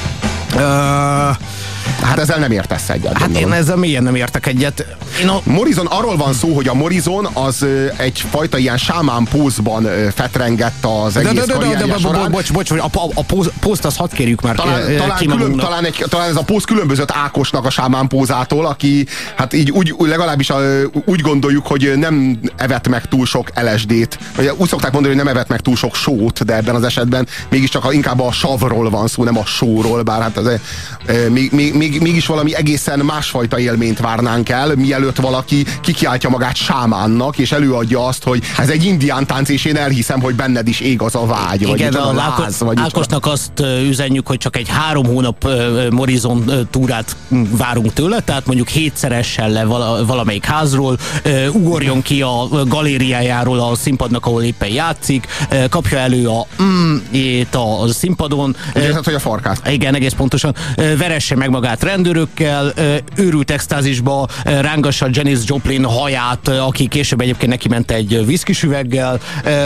Uh... Hát ezzel nem értesz egyet. Hát gondolom. Én ezzel mélyen nem értek egyet. Én a... Morrison, arról van szó, hogy a Morrison az egyfajta ilyen sámán pózban fetrengett az egész de, de, de, karrierje de, de, során. Bocs, bocs, a, a, a póz, pózt azt hadd kérjük már talán, ki, talán, ki külön, talán, egy, talán ez a póz különbözött Ákosnak a sámán pózától, aki hát így úgy, legalábbis a, úgy gondoljuk, hogy nem evett meg túl sok el es dét. Úgy szokták mondani, hogy nem evett meg túl sok sót, de ebben az esetben mégiscsak inkább a savról van szó, nem a sóról, bár hát ez, még, még, még még, mégis valami egészen másfajta élményt várnánk el, mielőtt valaki kikiáltja magát sámánnak, és előadja azt, hogy ez egy indián tánc, és én elhiszem, hogy benned is ég az a vágy, vagy igen, a láz, láz, vagy Ákosnak azt üzenjük, hogy csak egy három hónap Morrison túrát várunk tőle, tehát mondjuk hétszeressen le vala, valamelyik házról, ugorjon ki a galériájáról a színpadnak, ahol éppen játszik, kapja elő a mm-ét a, a színpadon. Ugye, hát, hogy a farkát. Igen, egész pontosan. Veresse meg magát rendőrökkel, őrült extázisba rángassa Janis Joplin haját, aki később egyébként neki ment egy whisky üveggel.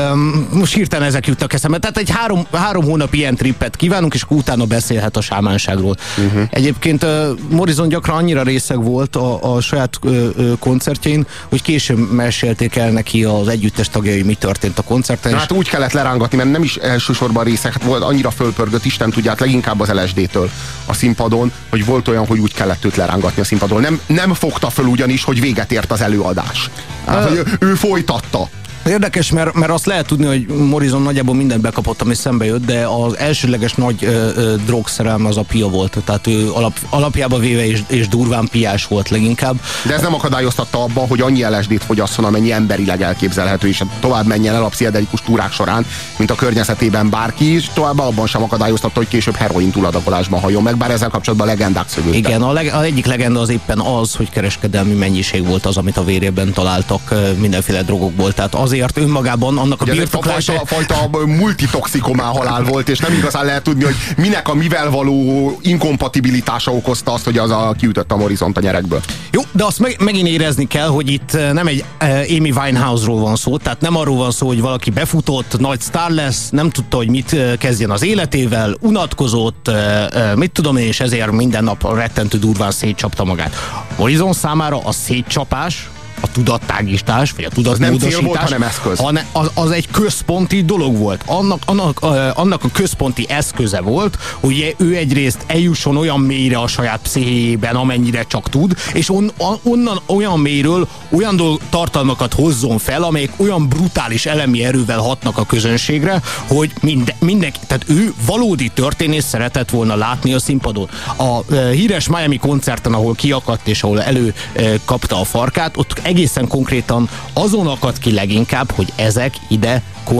Most hirtelen ezek jutnak eszembe. Tehát egy három, három hónap ilyen trippet kívánunk, és akkor utána beszélhet a sámánságról. Uh-huh. Egyébként Morrison gyakran annyira részeg volt a, a saját koncertjén, hogy később mesélték el neki az együttes tagjai, mi történt a koncerten. Na, hát úgy kellett lerángatni, mert nem is elsősorban részek, hát volt annyira fölpörgött, Isten tudját, leginkább az el es dé-től a színpadon, hogy volt olyan, hogy úgy kellett őt lerángatni a színpadon. Nem, nem fogta föl ugyanis, hogy véget ért az előadás. Hát, hogy ő, ő folytatta. Érdekes, mert, mert azt lehet tudni, hogy Morrison nagyjából mindent bekapott, ami szembe jött, de az elsődleges nagy ö, ö, drogszerelme az a pia volt. Tehát ő alap, alapjában véve és, és durván piás volt leginkább. De ez nem akadályoztatta abban, hogy annyi el es dét fogyasszon, amennyi emberileg elképzelhető, és tovább menjen el a pszichedelikus túrák során, mint a környezetében bárki, és tovább abban sem akadályoztatta, hogy később heroin túladagolásban halljon meg, bár ezzel kapcsolatban legendák szövődtek. Igen, a, leg, a egyik legenda az éppen az, hogy kereskedelmi mennyiség volt az, amit a vérében találtak mindenféle drogokból. Tehát az azért önmagában annak a birtoklása... A fajta, fajta multitoxikomán halál volt, és nem igazán lehet tudni, hogy minek a mivel való inkompatibilitása okozta azt, hogy az a kiütött a Morrisont a nyerekből. Jó, de azt meg, megint érezni kell, hogy itt nem egy Amy Winehouse-ról van szó, tehát nem arról van szó, hogy valaki befutott, nagy sztár lesz, nem tudta, hogy mit kezdjen az életével, unatkozott, mit tudom én, és ezért minden nap rettentő durván szétcsapta magát. Morrison számára a szétcsapás, a tudattágítás, vagy a tudatmódosítás, nem cél volt, hanem eszköz. Hanem az, az egy központi dolog volt. Annak, annak, annak a központi eszköze volt, hogy ő egyrészt eljusson olyan mélyre a saját pszichéjében, amennyire csak tud, és on, onnan olyan mélyről olyan dolg, tartalmakat hozzon fel, amelyek olyan brutális elemi erővel hatnak a közönségre, hogy minden, mindenki, tehát ő valódi történész szeretett volna látni a színpadon. A e, híres Miami koncerten, ahol kiakadt és ahol előkapta a farkát, ott egészen konkrétan azon akadt ki leginkább, hogy ezek ide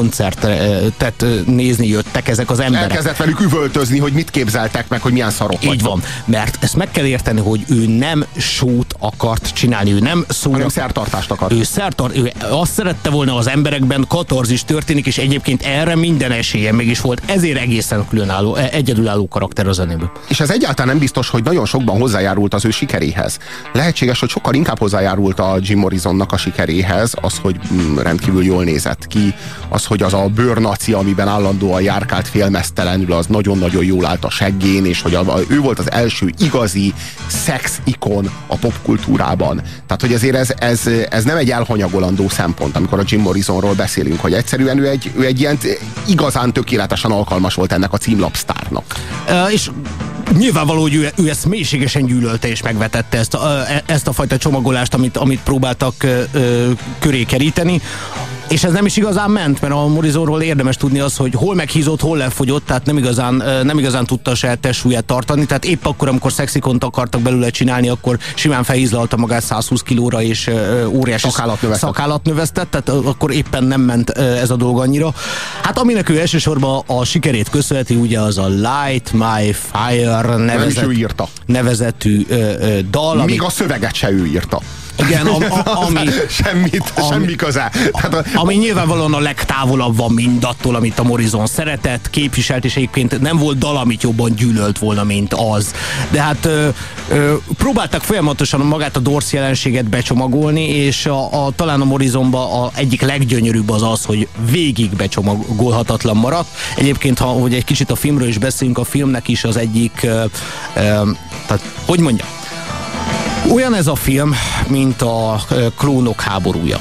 koncertet nézni jöttek ezek az emberek. Elkezdett velük üvöltözni, hogy mit képzeltek meg, hogy milyen szarok. Így van, mert ezt meg kell érteni, hogy ő nem show-t akart csinálni, ő nem szóra... hanem szertartást akart. Ő, szertart, ő azt szerette volna, az emberekben katarzis történik, és egyébként erre minden esélye mégis volt, ezért egészen különálló, egyedülálló karakter a zenéből. És ez egyáltalán nem biztos, hogy nagyon sokban hozzájárult az ő sikeréhez. Lehetséges, hogy sokkal inkább hozzájárult a Jim Morrisonnak a sikeréhez az, hogy mm, rendkívül jól nézett ki, az, hogy az a bőrnaci, amiben állandóan járkált félmeztelenül, az nagyon-nagyon jól állt a seggén, és hogy a, a, ő volt az első igazi szex-ikon a popkultúrában. Tehát, hogy ezért ez, ez, ez nem egy elhanyagolandó szempont, amikor a Jim Morrisonról beszélünk, hogy egyszerűen ő egy, ő egy ilyen igazán tökéletesen alkalmas volt ennek a címlapsztárnak. Uh, és nyilvánvaló, hogy ő, ő ezt mélységesen gyűlölte és megvetette ezt a, ezt a fajta csomagolást, amit, amit próbáltak uh, köré keríteni. És ez nem is igazán ment, mert a Morrisonról érdemes tudni az, hogy hol meghízott, hol lefogyott, tehát nem igazán, nem igazán tudta a saját testsúlyát tartani, tehát épp akkor, amikor szexikont akartak belőle csinálni, akkor simán felhízlalta magát százhúsz kilóra, és óriási szakállat növesztett, tehát akkor éppen nem ment ez a dolog annyira. Hát aminek ő elsősorban a sikerét köszönheti, ugye az a Light My Fire nevezet, nevezetű dal. Még ami... a szöveget se ő írta. Igen, a, a, ami... Semmit, ami, semmi köze. A, a, ami nyilvánvalóan a legtávolabb van mindattól, amit a Morrison szeretett, képviselt, és egyébként nem volt dal, amit jobban gyűlölt volna, mint az. De hát ö, ö, próbáltak folyamatosan magát a Doors jelenséget becsomagolni, és a, a, talán a Morrisonban a egyik leggyönyörűbb az az, hogy végig becsomagolhatatlan maradt. Egyébként, ha hogy egy kicsit a filmről is beszélünk, a filmnek is az egyik, ö, ö, tehát, hogy mondjam, olyan ez a film, mint a Klónok háborúja.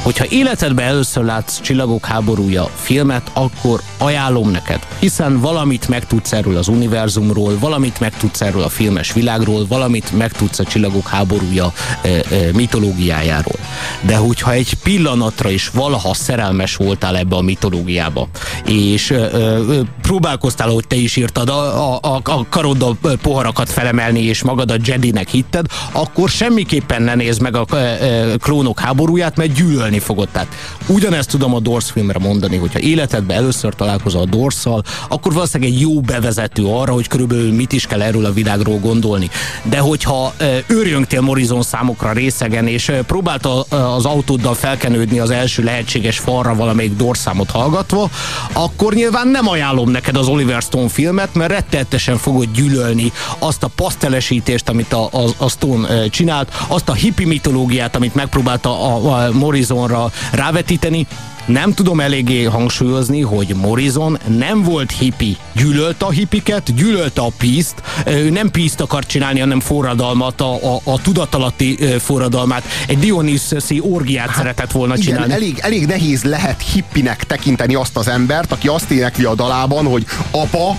Hogyha életedben először látsz Csillagok háborúja filmet, akkor ajánlom neked, hiszen valamit megtudsz erről az univerzumról, valamit megtudsz erről a filmes világról, valamit megtudsz a Csillagok háborúja e, e, mitológiájáról. De hogyha egy pillanatra is valaha szerelmes voltál ebbe a mitológiába, és e, e, próbálkoztál, ahogy te is írtad, a, a, a karoddal poharakat felemelni, és magadat Jedinek hitted, akkor semmiképpen ne nézd meg a e, e, Klónok háborúját, mert gyűlölni fogod. Tehát ugyanezt tudom a Doors filmre mondani, hogyha életedben először találkozol a Doorsszal, akkor valószínűleg egy jó bevezető arra, hogy körülbelül mit is kell erről a világról gondolni. De hogyha e, őrjöngtél Morrison számokra részegen, és e, próbálta az autóddal felkenődni az első lehetséges falra valamelyik Doors számot hallgatva, akkor nyilván nem ajánlom neked az Oliver Stone filmet, mert rettenetesen fogod gyűlölni azt a pasztelesítést, amit a, a, a Stone e, csinált, azt a hippi mitológiát, amit megpróbálta a, a Morrisonra rávetíteni. Nem tudom eléggé hangsúlyozni, hogy Morrison nem volt hippi. Gyűlölte a hippiket, gyűlölte a peace-t. Ő nem peace-t akart csinálni, hanem forradalmat, a, a, a tudatalatti forradalmát. Egy Dionysoszi orgiát hát, szeretett volna igen, csinálni. Elég, elég nehéz lehet hippinek tekinteni azt az embert, aki azt énekli a dalában, hogy apa,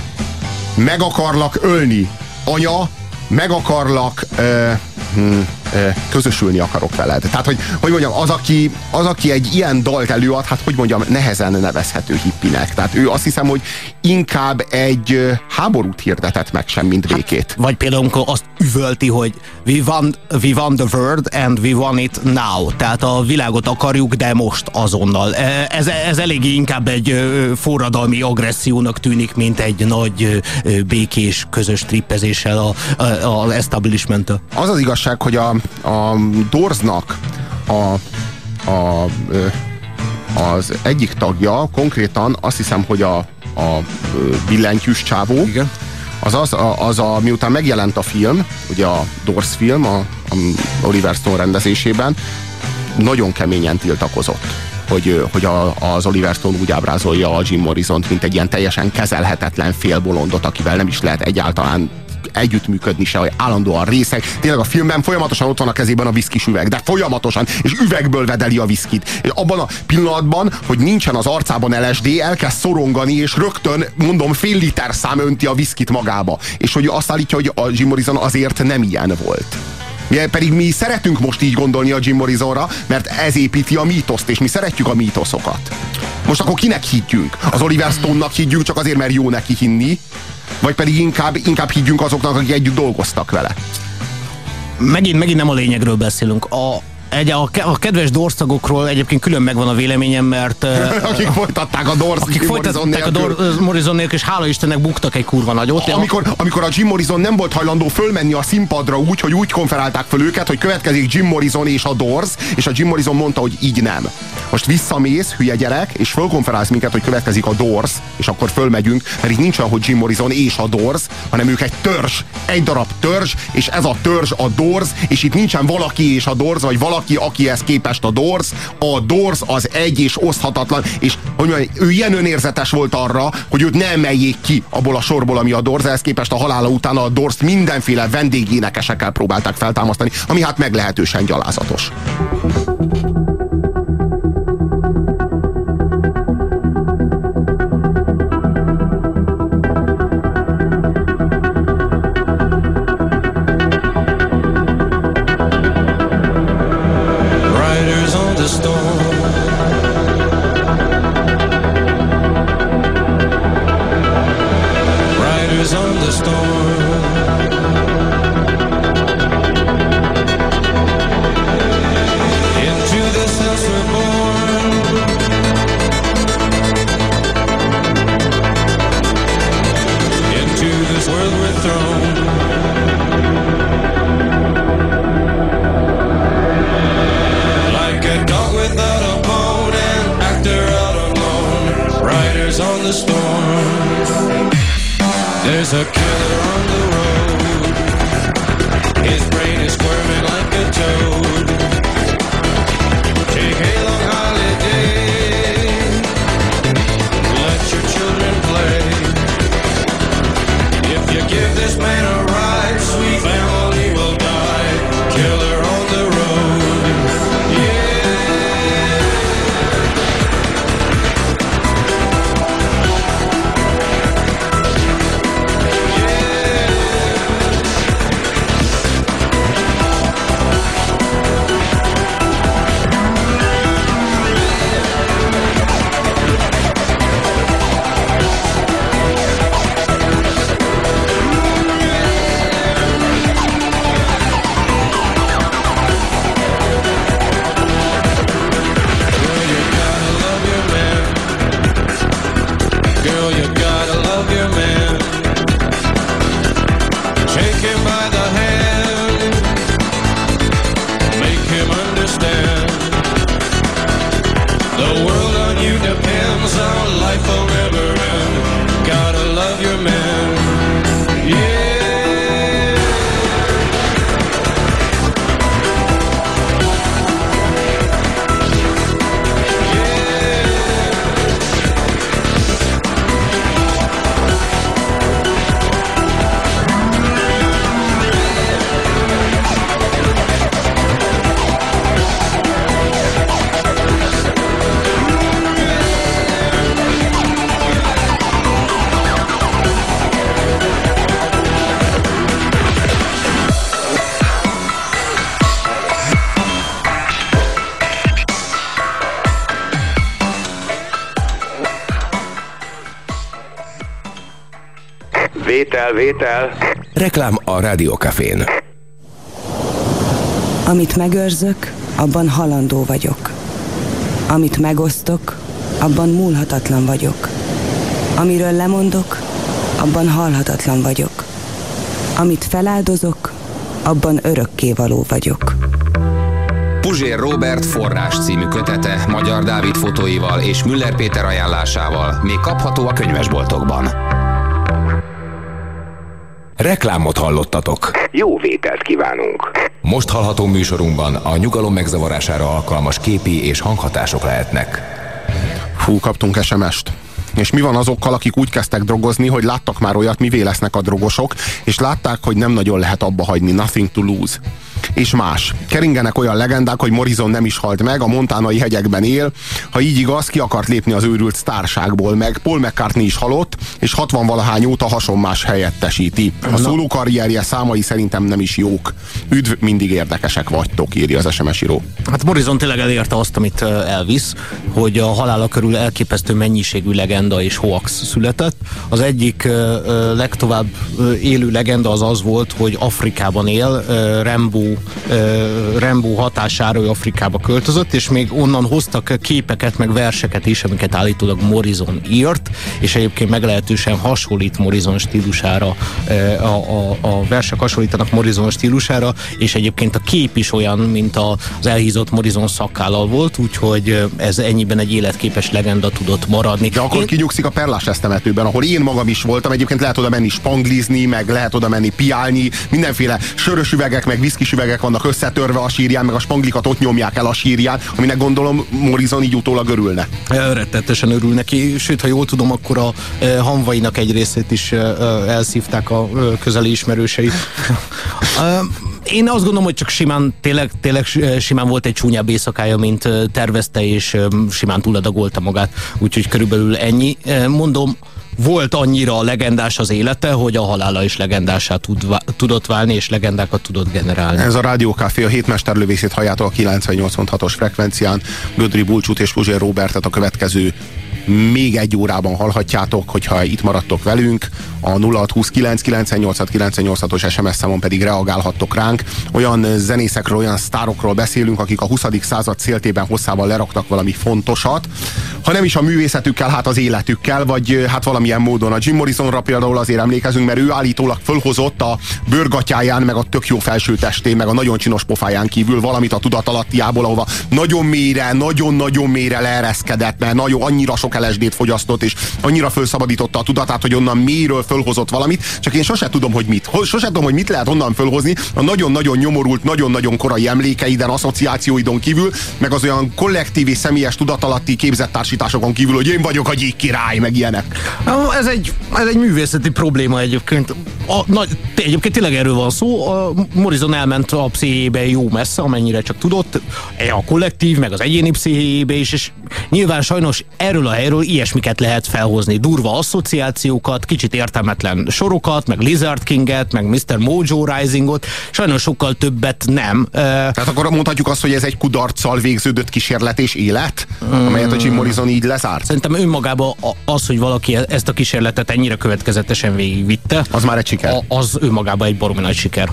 meg akarlak ölni. Anya, meg akarlak... Uh, hmm, közösülni akarok veled. Tehát, hogy, hogy mondjam, az aki, az, aki egy ilyen dalt előad, hát, hogy mondjam, nehezen nevezhető hippinek. Tehát ő azt hiszem, hogy inkább egy háborút hirdetett meg sem, mint békét. Hát, vagy például, amikor azt üvölti, hogy we want, we want the world and we want it now. Tehát a világot akarjuk, de most azonnal. Ez, ez eléggé inkább egy forradalmi agressziónak tűnik, mint egy nagy békés, közös trippezéssel a, a, a establishment-től. Az az igazság, hogy a a Doorsnak a, a, az egyik tagja, konkrétan azt hiszem, hogy a, a billentyűs csávó, igen. Az, az, a, az a, miután megjelent a film, ugye a Doors film, a, a Oliver Stone rendezésében, nagyon keményen tiltakozott, hogy, hogy a, az Oliver Stone úgy ábrázolja a Jim Morrisont, mint egy ilyen teljesen kezelhetetlen félbolondot, akivel nem is lehet egyáltalán együttműködni se, hogy állandóan részeg. Tényleg a filmben folyamatosan ott van a kezében a viszkis üveg, de folyamatosan, és üvegből vedeli a viszkit. És abban a pillanatban, hogy nincsen az arcában el es dé, elkezd szorongani, és rögtön, mondom, fél liter szám önti a viszkit magába. És hogy azt állítja, hogy a Jim Morrison azért nem ilyen volt. Mi, pedig mi szeretünk most így gondolni a Jim Morrisonra, mert ez építi a mítoszt, és mi szeretjük a mítoszokat. Most akkor kinek higgyünk? Az Oliver Stone-nak higgyünk csak azért, mert jó neki hinni? Vagy pedig inkább, inkább higgyünk azoknak, akik együtt dolgoztak vele? Megint, megint nem a lényegről beszélünk. A, egy, a, a kedves Doors tagokról egyébként külön megvan a véleményem, mert... akik folytatták a Doors akik folytatták a Doors Morrison nélkül, és hála Istennek buktak egy kurva nagyot. Amikor, amikor a Jim Morrison nem volt hajlandó fölmenni a színpadra úgy, hogy úgy konferálták föl őket, hogy következik Jim Morrison és a Doors, és a Jim Morrison mondta, hogy így nem. Most visszamész, hülye gyerek, és fölkonferálsz minket, hogy következik a Doors, és akkor fölmegyünk, mert itt nincs olyan, hogy Jim Morrison és a Doors, hanem ők egy törzs, egy darab törzs, és ez a törzs a Doors, és itt nincsen valaki és a Doors, vagy valaki, akihez képest a Doors. A Doors az egy és oszthatatlan, és hogy mondjam, ő ilyen önérzetes volt arra, hogy őt ne emeljék ki abból a sorból, ami a Doors, ehhez képest a halála után a Doors mindenféle vendégénekesekkel próbálták feltámasztani, ami hát meglehetősen gyalázatos. Into Felvétel. Reklám a Rádiókafén. Amit megőrzök, abban halandó vagyok. Amit megosztok, abban múlhatatlan vagyok. Amiről lemondok, abban halhatatlan vagyok. Amit feláldozok, abban örökkévaló vagyok. Puzsér Róbert Forrás című kötete Magyar Dávid fotóival és Müller Péter ajánlásával még kapható a könyvesboltokban. Reklámot hallottatok. Jó vételt kívánunk. Most hallható műsorunkban a nyugalom megzavarására alkalmas képi és hanghatások lehetnek. Fú, kaptunk es em est. És mi van azokkal, akik úgy kezdtek drogozni, hogy láttak már olyat, mivé lesznek a drogosok, és látták, hogy nem nagyon lehet abba hagyni, nothing to lose. És más. Keringenek olyan legendák, hogy Morrison nem is halt meg, a montánai hegyekben él. Ha így igaz, ki akart lépni az őrült sztárságból, meg Paul McCartney is halott, és hatvan-valahány óta hasonmás helyettesíti. A szóló karrierje számai szerintem nem is jók. Üdv, mindig érdekesek vagytok, írja az es em es író. Hát Morrison tényleg elérte azt, amit elvisz, hogy a halála körül elképesztő mennyiségű legenda és hoax született. Az egyik uh, legtovább uh, élő legenda az az volt, hogy Afrikában él, uh, Rambo, uh, Rambo hatására ő Afrikába költözött, és még onnan hoztak képeket, meg verseket is, amiket állítólag Morrison írt, és egyébként meglehetősen hasonlít Morrison stílusára, uh, a, a, a versek hasonlítanak Morrison stílusára, és egyébként a kép is olyan, mint az elhízott Morrison szakállal volt, úgyhogy ez ennyiben egy életképes legenda tudott maradni. De akkor Én... kinyugszik a Perlás esztemetőben, ahol én magam is voltam, egyébként lehet oda menni spanglizni, meg lehet oda menni piálni, mindenféle sörös üvegek, meg viszkis üvegek vannak összetörve a sírján, meg a spanglikat ott nyomják el a sírján, aminek gondolom Morrison így utólag örülne. Rettetesen örül neki, sőt, ha jól tudom, akkor a e, hamvainak egy részét is e, elszívták a e, közeli ismerősei. e, Én azt gondolom, hogy csak simán, tényleg, tényleg simán volt egy csúnyább éjszakája, mint tervezte, és simán túladagolta magát, úgyhogy körülbelül ennyi. Mondom, volt annyira legendás az élete, hogy a halála is legendásá tud, tudott válni, és legendákat tudott generálni. Ez a Rádiókafé, a hétmesterlövészét halljátok a kilencvennyolc pont hatos frekvencián. Gödri Bulcsút és Puzsér Róbertet a következő még egy órában hallhatjátok, hogyha itt maradtok velünk. A nulla hat huszonkilenc kilencvennyolc kilencvennyolc-os es em es számon pedig reagálhattok ránk. Olyan zenészekről, olyan sztárokról beszélünk, akik a huszadik század széltében hosszában leraktak valami fontosat. Ha nem is a művészetükkel, hát az életükkel, vagy hát valamilyen módon. A Jim Morrisonra például azért emlékezünk, mert ő állítólag fölhozott a bőrgatyáján, meg a tök jó felsőtestén, meg a nagyon csinos pofáján kívül valamit a tudatalattiából, ahova nagyon mélyre, nagyon-nagyon mélyre leereszkedett, mert nagyon annyira sok el es dét fogyasztott, és annyira felszabadította a tudatát, hogy onnan mélyről fölhozott valamit, csak én sose tudom, hogy mit. Sose tudom, hogy mit lehet onnan fölhozni a nagyon-nagyon nyomorult, nagyon-nagyon korai emlékeiden, asszociációidon kívül, meg az olyan kollektív és személyes tudatalatti képzettársításokon kívül, hogy én vagyok a gyík király, meg ilyenek. Ez egy, ez egy művészeti probléma egyébként. A, na, egyébként tényleg erről van szó. A Morrison elment a pszichéjébe jó messze, amennyire csak tudott, a kollektív, meg az egyéni pszichéjébe is, és nyilván sajnos erről a helyről ilyesmiket lehet felhozni. Durva asszociációkat, kicsit értelmetlen sorokat, meg Lizard Kinget, meg miszter Mojo Risingot, sajnos sokkal többet nem. Tehát akkor mondhatjuk azt, hogy ez egy kudarccal végződött kísérlet és élet, hmm. amelyet a Jim Morrison így lezárt? Szerintem önmagában az, hogy valaki ezt a kísérletet ennyire következetesen végigvitte, az már egy siker. Az önmagában egy baromi nagy siker.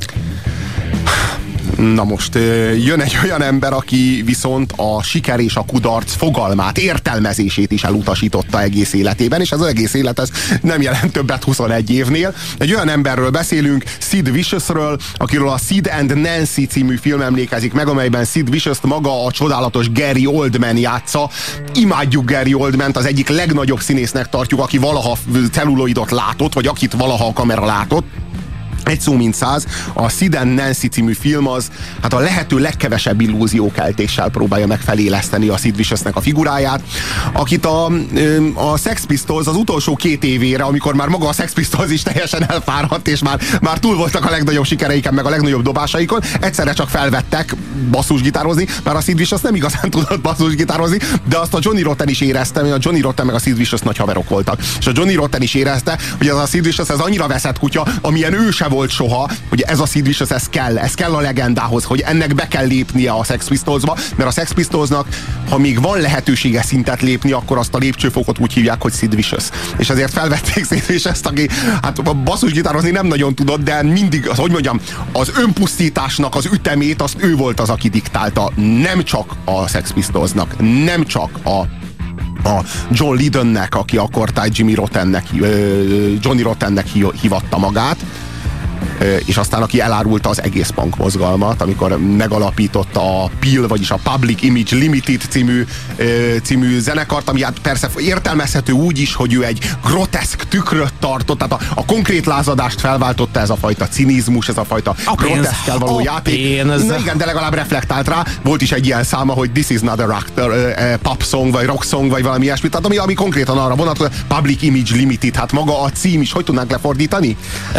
Na most jön egy olyan ember, aki viszont a siker és a kudarc fogalmát, értelmezését is elutasította egész életében, és ez az egész élet ez nem jelent többet huszonegy évnél. Egy olyan emberről beszélünk, Sid Viciousről, akiről a Sid and Nancy című film emlékezik meg, amelyben Sid Vicious maga a csodálatos Gary Oldman játsza. Imádjuk Gary Oldmant, az egyik legnagyobb színésznek tartjuk, aki valaha celluloidot látott, vagy akit valaha a kamera látott. Egy szó mint száz, a Sid and Nancy című film az hát a lehető legkevesebb illúziókeltéssel próbálja meg feléleszteni a Sid Viciousnek a figuráját, akit a, a Sex Pistols az utolsó két évére, amikor már maga a Sex Pistols is teljesen elfáradt, és már, már túl voltak a legnagyobb sikereiken, meg a legnagyobb dobásaikon, egyszerre csak felvettek basszusgitározni, már a Sid Vicious nem igazán tudott basszusgitározni, de azt a Johnny Rotten is érezte, mert a Johnny Rotten meg a Sid Vicious nagy haverok voltak. És a Johnny Rotten is érezte, hogy ez a Sid Vicious ez annyira veszett kutya, amilyen ő se volt soha, hogy ez a Sid Vicious, ez kell, ez kell a legendához, hogy ennek be kell lépnie a Sex Pistolsba, mert a Sex Pistolsnak, ha még van lehetősége szintet lépni, akkor azt a lépcsőfokot úgy hívják, hogy Sid Vicious. És ezért felvették Sid Vicioust, aki hát basszusgitározni nem nagyon tudott, de mindig, az, hogy mondjam, az önpusztításnak az ütemét, azt ő volt az, aki diktálta. Nem csak a Sex Pistolsnak, nem csak a a John Lydonnek, aki akkor tájt Jimmy Rottennek, Johnny Rottennek hívatta magát, és aztán aki elárulta az egész punk mozgalmat, amikor megalapította a P I L, vagyis a Public Image Limited című, című zenekart, ami hát persze értelmezhető úgy is, hogy ő egy groteszk tükröt tartott, tehát a, a konkrét lázadást felváltotta ez a fajta cinizmus, ez a fajta groteszkkel való játék. Na igen, de legalább reflektált rá. Volt is egy ilyen száma, hogy This is not a rock, uh, pop song, vagy rock song, vagy valami ilyesmit, tehát ami, ami konkrétan arra vonatkozik, Public Image Limited, hát maga a cím is, hogy tudnánk lefordítani?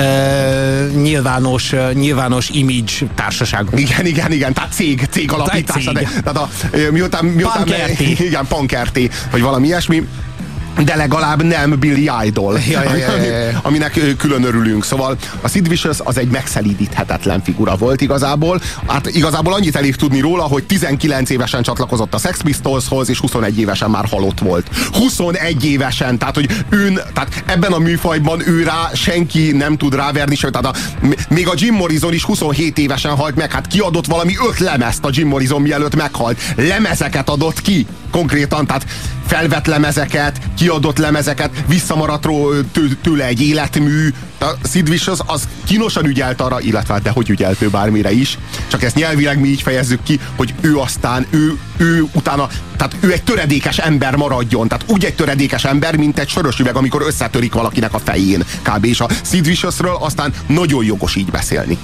Uh, nyilvános, uh, nyilvános image társaság. Igen, igen, igen, tehát cég, cég alapítása. De, tehát a, miután, miután Pankerti. Igen, Pankerti, vagy valami ilyesmi, de legalább nem Billy Idol, ja, ja, ja, ja, ja. aminek külön örülünk. Szóval a Sid Vicious az egy megszelídíthetetlen figura volt igazából. Hát igazából annyit elég tudni róla, hogy tizenkilenc évesen csatlakozott a Sex Pistolshoz, és huszonegy évesen már halott volt. huszonegy évesen, tehát hogy ön, tehát ebben a műfajban ő rá senki nem tud ráverni, sőt, tehát a, még a Jim Morrison is huszonhét évesen halt meg, hát kiadott valami öt lemezt a Jim Morrison mielőtt meghalt. Lemezeket adott ki konkrétan, tehát felvett lemezeket, kiadott lemezeket, visszamaradt tőle egy életmű. A Sid Vicious az kínosan ügyelt arra, illetve de hogy ügyelt ő bármire is, csak ezt nyelvileg mi így fejezzük ki, hogy ő aztán, ő, ő utána, tehát ő egy töredékes ember maradjon, tehát úgy egy töredékes ember, mint egy sörös üveg, amikor összetörik valakinek a fején kb. És a Sid Viciousről aztán nagyon jogos így beszélni.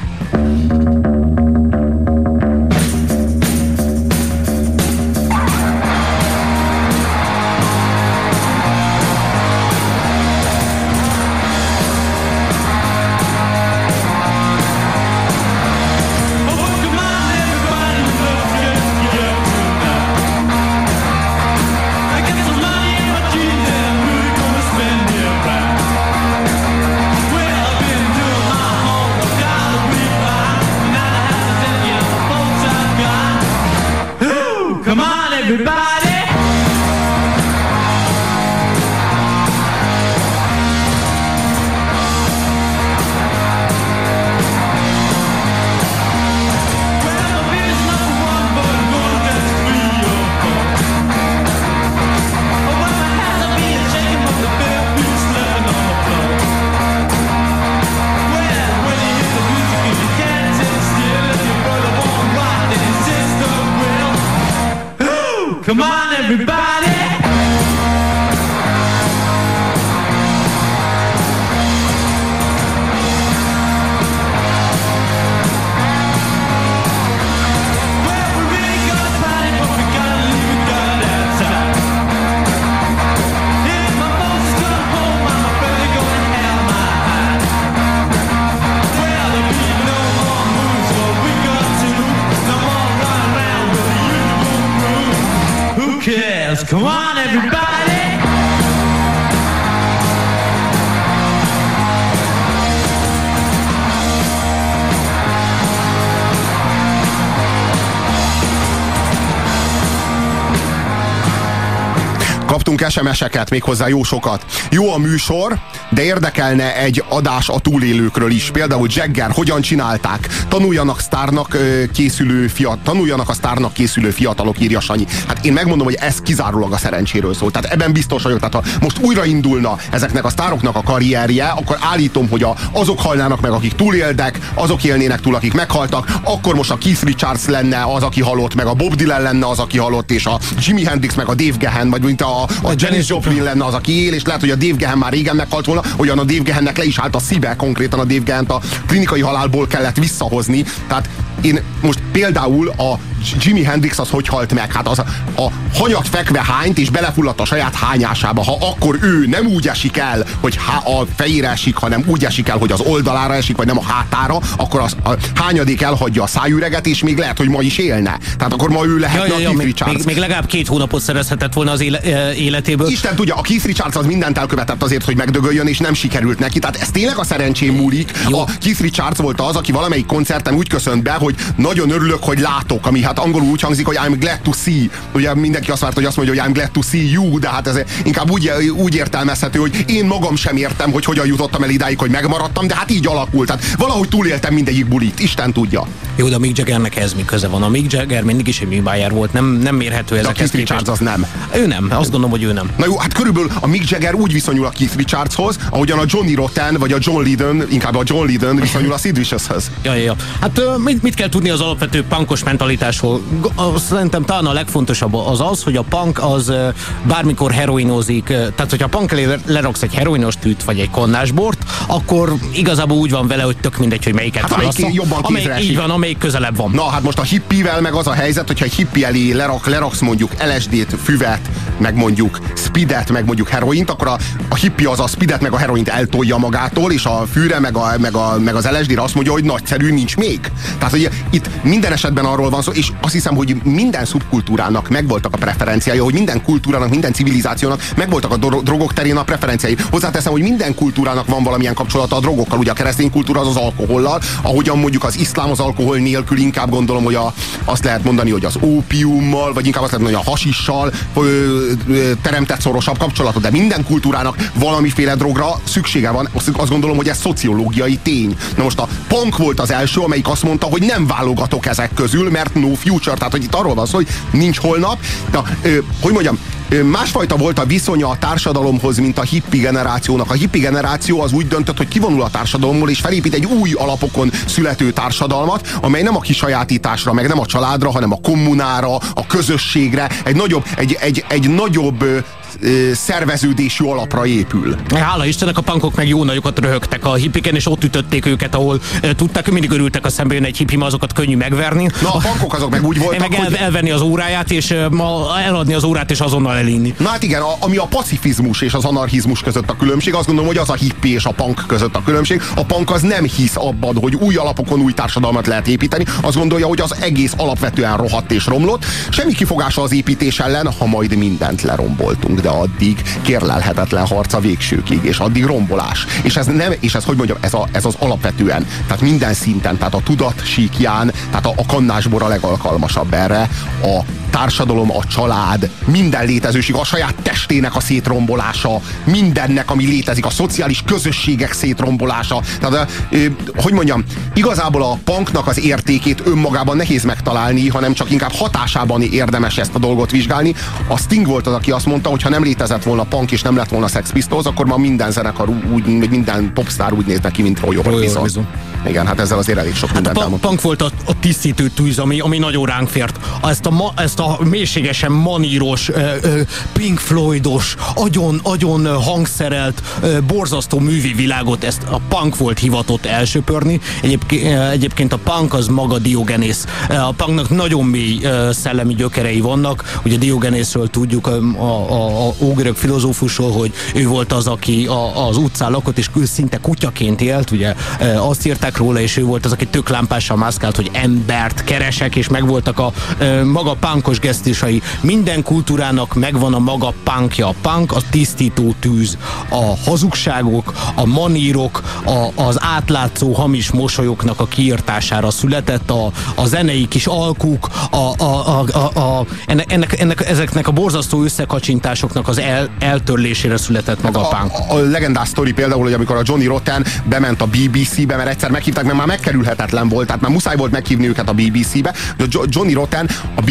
Come on, everybody! Come on, everybody! Kaptunk es em es-eket, méghozzá jó sokat. Jó a műsor, de érdekelne egy adás a túlélőkről is. Például Jagger, hogyan csinálták? Tanuljanak sztárnak készülő fiat, tanuljanak a sztárnak készülő fiatalok, írja Sanyi. Hát én megmondom, hogy ez kizárólag a szerencséről szól. Tehát ebben biztos vagyok. Tehát ha most újraindulna ezeknek a sztároknak a karrierje, akkor állítom, hogy a, azok halnának meg, akik túléltek, azok élnének túl, akik meghaltak, akkor most a Keith Richards lenne az, aki halott, meg a Bob Dylan lenne az, aki halott, és a Jimi Hendrix, meg a Dave Gahan, vagy mint a, a Janis Joplin lenne az, aki él, és lehet, hogy a Dave Gahan már régen meghalt volna, olyan a Dave Gahannek le is állt a szíve, konkrétan a Dave Gahant a klinikai halálból kellett visszahozni. Tehát én most például a Jimi Hendrix az hogy halt meg? Hát az a, a hanyat fekve hányt és belefulladt a saját hányásába. Ha akkor ő nem úgy esik el, hogy há, a fejére esik, hanem úgy esik el, hogy az oldalára esik, vagy nem a hátára, akkor az, a hányadék elhagyja a szájüreget, és még lehet, hogy ma is élne. Tehát akkor ma ő lehetne ja, ja, ja, a Keith Richards. Még, még legalább két hónapot szerezhetett volna az éle, életéből. Isten tudja, a Keith Richards az mindent elkövetett azért, hogy megdögöljön, és nem sikerült neki. Tehát ez tényleg a szerencsém múlik. Jó. A Keith Richards volt az, aki valamelyik koncerten úgy köszönt be, hogy nagyon örülök, hogy látok, ami hát angolul úgy hangzik, hogy I'm glad to see. Ugye mindenki azt várt, hogy azt mondja, hogy I'm glad to see you, de hát ez inkább úgy, úgy értelmezhető, hogy én magam sem értem, hogy hogyan jutottam el idáig, hogy megmaradtam, de hát így alakult. Tehát valahogy túléltem mindegyik bulit, Isten tudja. Jó, de a Mick Jaggernek ez mi köze van? A Mick Jagger mindig is egy műmájár volt, nem, nem mérhető ezekhez. De a Keith Richards az nem. Ő nem, azt gondolom, hogy ő nem. Na jó, hát körülbelül a Mick Jagger úgy viszonyul a Keith Richardshoz, ahogyan a Johnny Rotten vagy a John Lydon, inkább a John Lydon viszonyul a Sid Vicioushoz. Ja, ja, ja. Hát mit, mit kell tudni az alapvető punkos mentalitásról? Szerintem talán a legfontosabb az az, hogy a punk az bármikor heroinozik, tehát hogyha a punk elé leraksz egy heroinos tűt vagy egy konnásbort, akkor igazából úgy van vele, hogy tök mindegy, hogy melyiket hát, válaszol. Amelyik jobban amelyik így van, amelyik közelebb van. Na hát most a hippivel meg az a helyzet, hogyha egy hippi elé lerak, leraksz mondjuk el es dét, füvet, meg mondjuk speedet, meg mondjuk heroint, akkor a, a hippi az a speedet meg a heroint eltolja magától, és a fűre meg, a, meg, a, meg az el es dére azt mondja, hogy nagyszerű, nincs még. Tehát hogy itt minden esetben arról van szó, és azt hiszem, hogy minden szubkultúrának megvoltak a preferenciái, hogy minden kultúrának, minden civilizációnak megvoltak a drogok terén a preferenciái. Hozzáteszem, hogy minden kultúrának van valamilyen kapcsolata a drogokkal. Ugye a keresztény kultúra az az alkohollal, ahogyan mondjuk az iszlám az alkohol nélkül, inkább gondolom, hogy a, azt lehet mondani, hogy az ópiummal, vagy inkább azt lehet mondani, hogy a hasissal ö, ö, teremtett szorosabb kapcsolatot. De minden kultúrának valamiféle drogra szüksége van. Azt gondolom, hogy ez szociológiai tény. Na most a punk volt az első, amelyik azt mondta, hogy nem válogatok ezek közül, mert no future. Tehát, hogy itt arról van szó, hogy nincs holnap. Na, ö, hogy mondjam, másfajta volt a viszonya a társadalomhoz, mint a hippi generációnak. A hippi generáció az úgy döntött, hogy kivonul a társadalomból, és felépít egy új alapokon születő társadalmat, amely nem a kisajátításra, meg nem a családra, hanem a kommunára, a közösségre, egy nagyobb, egy, egy, egy nagyobb szerveződésű alapra épül. Hála Istennek, a punkok meg jó nagyokat röhögtek a hippiken, és ott ütötték őket, ahol e, tudták, mindig örültek a szemben egy hippi, azokat könnyű megverni. Na, a punkok azok meg úgy voltak, meg el, hogy... elvenni az óráját, és e, eladni az órát, és azonnal elinni. Na hát igen, a, ami a pacifizmus és az anarchizmus között a különbség, azt gondolom, hogy az a hippi és a punk között a különbség. A punk az nem hisz abban, hogy új alapokon új társadalmat lehet építeni, azt gondolja, hogy az egész alapvetően rohadt és romlott. Semmi kifogása az építés ellen, ha majd mindent leromboltunk, de addig kérlelhetetlen harc a végsőkig, és addig rombolás. És ez nem, és ez hogy mondjam, ez, a, ez az alapvetően, tehát minden szinten, tehát a tudat síkján, tehát a, a kannásbor a legalkalmasabb erre, a társadalom, a család, minden létezőség, a saját testének a szétrombolása, mindennek, ami létezik, a szociális közösségek szétrombolása. Tehát, hogy mondjam, igazából a punknak az értékét önmagában nehéz megtalálni, hanem csak inkább hatásában érdemes ezt a dolgot vizsgálni. A Sting volt az, aki azt mondta, hogy ha nem létezett volna punk és nem lett volna Sex Pistols, akkor ma minden zenekar úgy, minden popstar úgy néz neki, mint Roy Orbison. Igen, hát ezzel azért elég sok mindent hát a punk volt a, a tisztítő tűz, ami, ami nagyon ránk fért. Ezt a, ma, ezt a mélységesen maníros, ö, ö, Pink Floydos, agyon, agyon hangszerelt, ö, borzasztó művi világot, ezt a punk volt hivatott elsöpörni. Egyébként, egyébként a punk az maga Diogenész. A punknak nagyon mély ö, szellemi gyökerei vannak. Ugye Diogenészről tudjuk, a, a, a ógörög filozófusról, hogy ő volt az, aki a, az utcán lakott, és szinte kutyaként élt, ugye azt írták róla, és ő volt az, aki tök lámpással mászkált, hogy embert keresek, és megvoltak a e, maga punkos gesztusai. Minden kultúrának megvan a maga punkja. A punk a tisztító tűz. A hazugságok, a manírok, a, az átlátszó hamis mosolyoknak a kiirtására született, a, a zenei kis alkuk, a, a, a, a, a, ennek, ennek, ennek, ezeknek a borzasztó összekacsintásoknak az el, eltörlésére született maga a punk. A, a legendás sztori például, hogy amikor a Johnny Rotten bement a bé bé cé-be, mert egyszer meghívták, mert már megkerülhetetlen volt, tehát már muszáj volt meghívni őket a bé bé cé-be. Johnny Rotten a bé bé cé-ben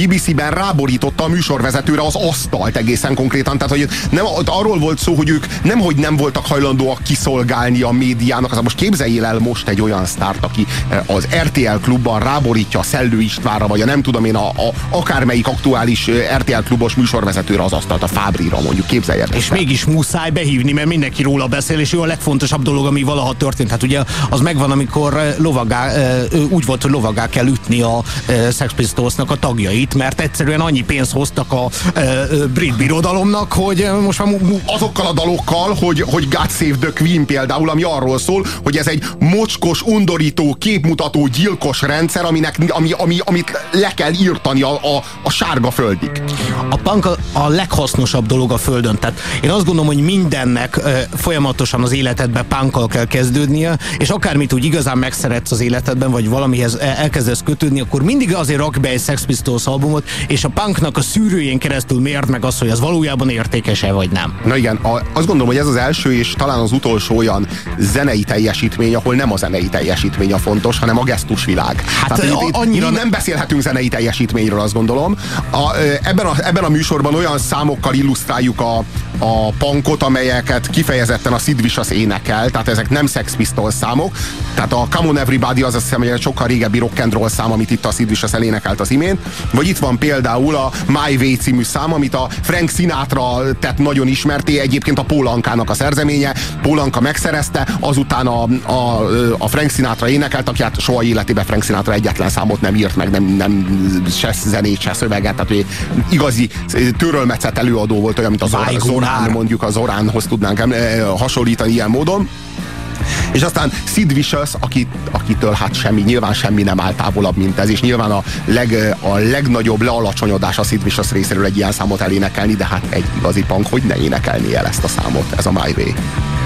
egyszerűen ráborította a műsorvezetőre az asztalt egészen konkrétan. Tehát, hogy nem, arról volt szó, hogy ők nemhogy nem voltak hajlandóak kiszolgálni a médiának. Az, most képzeljél el most egy olyan sztárt, aki az er té el klubban ráborítja a Szellő Istvánra, vagy a nem tudom én, a, a akármelyik aktuális er té el klubos műsorvezetőre az asztalt, a Fábrira mondjuk, képzelj el. És mégis muszáj behívni, mert mindenki róla beszél, és ő a legfontosabb dolog, ami valaha történt. Hát ugye az megvan, amikor lovagá, úgy volt, hogy lovagá kell ütni a Sex Pistolsnak a tagjait, mert egyszerűen annyi pénzt hoztak a brit birodalomnak, hogy most már... Azokkal a dalokkal, hogy, hogy God Save the Queen például, ami arról szól, hogy ez egy mocskos, undorító, képmutató, gyilkos rendszer, aminek, ami, ami, amit le kell írtani a, a, a sárga földig. A punk a, a leghasznosabb dolog a földön. Tehát én azt gondolom, hogy mindennek e, folyamatosan az életedben punkkal kell kezdődnie, és akármit úgy igazán megszeretsz az életedben, vagy valamihez elkezdesz kötődni, akkor mindig azért rak be egy Sex Pistols albumot, és a punknak a szűrőjén keresztül mérd meg azt, hogy ez valójában értékes-e vagy nem. Na igen, a, azt gondolom, hogy ez az első és talán az utolsó olyan zenei teljesítmény, ahol nem a zenei teljesítmény a fontos, hanem a gesztusvilág. Hát Tehát, a, itt, annyira itt nem beszélhetünk zenei teljesítményről, azt gondolom. A, ebben, a, ebben a műsorban olyan számokkal illusztráljuk a, a punkot, amelyeket kifejezetten a Sid Vicious énekel, tehát ezek nem Sex Pistols számok. Tehát a Come On Everybody az azt hiszem, hogy egy sokkal régebbi rock and roll szám, amit itt a Sid Vicious elénekelt az imént. Vagy itt van például a My Way című szám, amit a Frank Sinatra tett nagyon ismerté, egyébként a Paul Ankának a szerzeménye. Paul Anka megszerezte, azután a, a, a Frank Sinatra énekelt, aki hát soha életében Frank Sinatra egyetlen számot nem írt meg, nem, nem se zenét, se szöveget, tehát hogy igazi törölmetszett előadó volt, olyan, mint az Zorán, mondjuk a Zoránhoz tudnánk hasonlítani ilyen módon. És aztán Sid Vicious, akit, akitől hát semmi, nyilván semmi nem áll távolabb, mint ez, és nyilván a, leg, a legnagyobb lealacsonyodás a Sid Vicious részéről egy ilyen számot elénekelni, de hát egy igazi punk, hogy ne énekelni el ezt a számot, ez a My Way.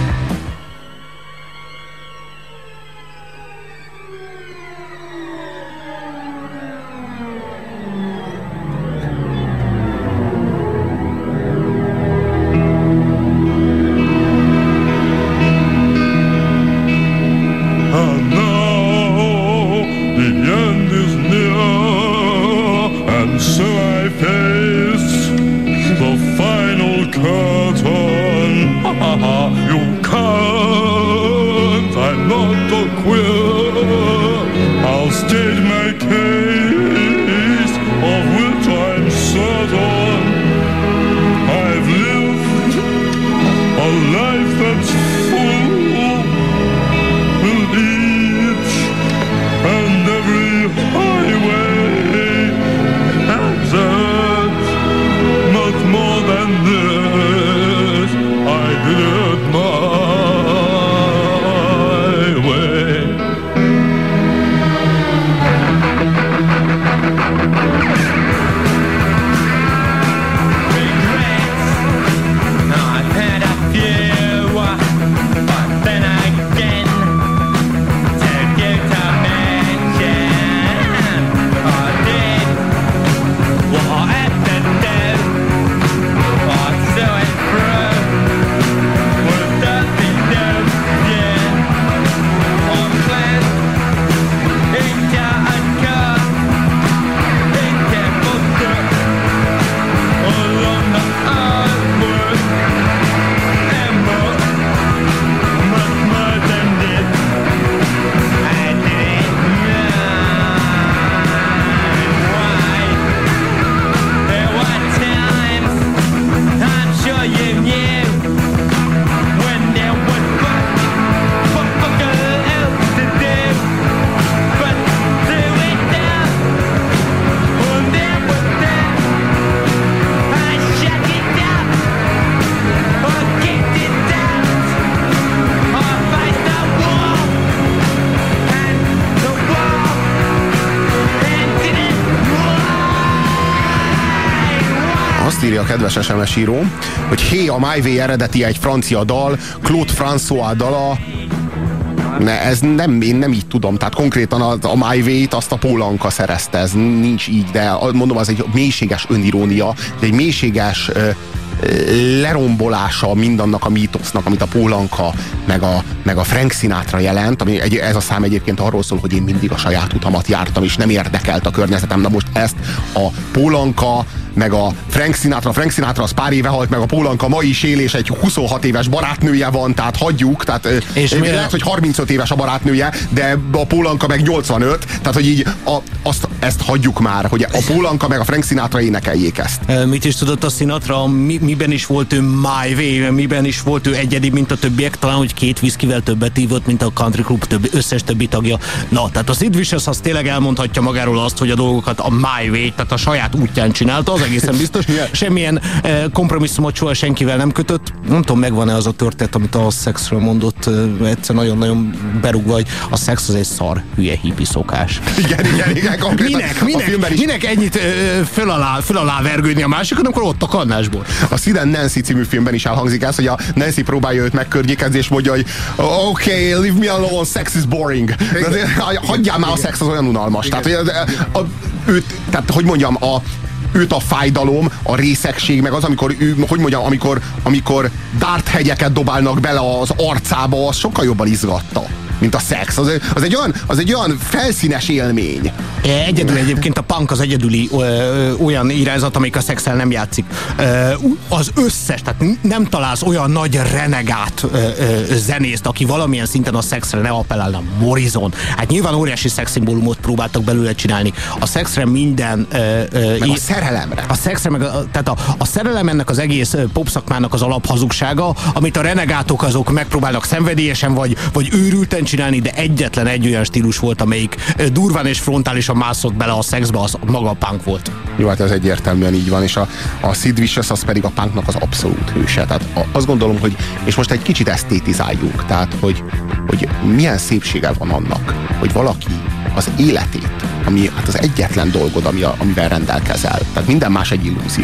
A kedves es em es író, hogy hé, a My Way eredeti egy francia dal, Claude François dala. Ne, ez nem, én nem így tudom, tehát konkrétan a, a My Way-t azt a Paul Anka szerezte, ez nincs így, de mondom, az egy mélységes önirónia, egy mélységes ö, lerombolása mindannak a mítosznak, amit a Paul Anka meg a, meg a Frank Sinatra jelent, ami egy, ez a szám egyébként arról szól, hogy én mindig a saját utamat jártam, és nem érdekelt a környezetem. Na most ezt a Paul Anka meg a Frank Sinatra, Frank Sinatra az pár éve halt, meg a Paul Anka ma is él, és egy huszonhat éves barátnője van, tehát hagyjuk, tehát és lehet, lehet, hogy harmincöt éves a barátnője, de a Paul Anka meg nyolcvanöt, tehát hogy így a, azt, ezt hagyjuk már, hogy a Paul Anka meg a Frank Sinatra énekeljék ezt. Mit is tudott a Sinatra, mi, miben is volt ő My Way, miben is volt ő egyedi, mint a többiek, talán, hogy két viszkivel többet ívott, mint a Country Club többi, összes többi tagja. Na, tehát a Sid Vicious az tényleg elmondhatja magáról azt, hogy a dolgokat a My Way, tehát a saját útján csinálta, az egészen biztos. Semmilyen eh, kompromisszumot soha senkivel nem kötött. Nem tudom, megvan-e az a történet, amit a szexről mondott, eh, egyszer nagyon-nagyon berúgva, hogy a szex az egy szar, hülye hippi szokás. Igen, igen, igen. Minek, minek, minek ennyit eh, föl, alá, föl alá vergődni a másikon, amikor ott a kannásból. A Sid and Nancy című filmben is elhangzik ez, hogy a Nancy próbálja őt megkörnyékezni, és mondja, hogy oké, okay, leave me alone, sex is boring. De, hagyjál már, a szex az olyan unalmas. Tehát, hogy, a, a, őt, tehát, hogy mondjam, a őt a fájdalom, a részegség, meg az, amikor ő, hogy mondjam, amikor, amikor dárt hegyeket dobálnak bele az arcába, az sokkal jobban izgatta, mint a szex. Az, az, egy, olyan, az egy olyan felszínes élmény. Egyedül egyébként a punk az egyedüli ö, ö, olyan irányzat, amelyik a szexel nem játszik. Ö, az összes, tehát nem találsz olyan nagy renegát ö, ö, zenészt, aki valamilyen szinten a szexre ne appellálna. Morrison. Hát nyilván óriási szexszimbólumot próbáltak belőle csinálni. A szexre minden... Ö, ö, meg a szerelemre. A szexre, meg a, tehát a, a szerelem ennek az egész popszakmának az alaphazugsága, amit a renegátok azok megpróbálnak szenvedélyesen vagy, vagy őrülten csinálni, de egyetlen egy olyan stílus volt, amelyik durván és frontálisan mászott bele a szexbe, az maga a punk volt. Jó, hát ez egyértelműen így van, és a, a Sid Vicious az pedig a punknak az abszolút hőse. Tehát a, azt gondolom, hogy, és most egy kicsit esztétizáljunk, tehát, hogy, hogy milyen szépsége van annak, hogy valaki az életét, ami hát az egyetlen dolgod, ami a, amivel rendelkezel, tehát minden más egy illúzió,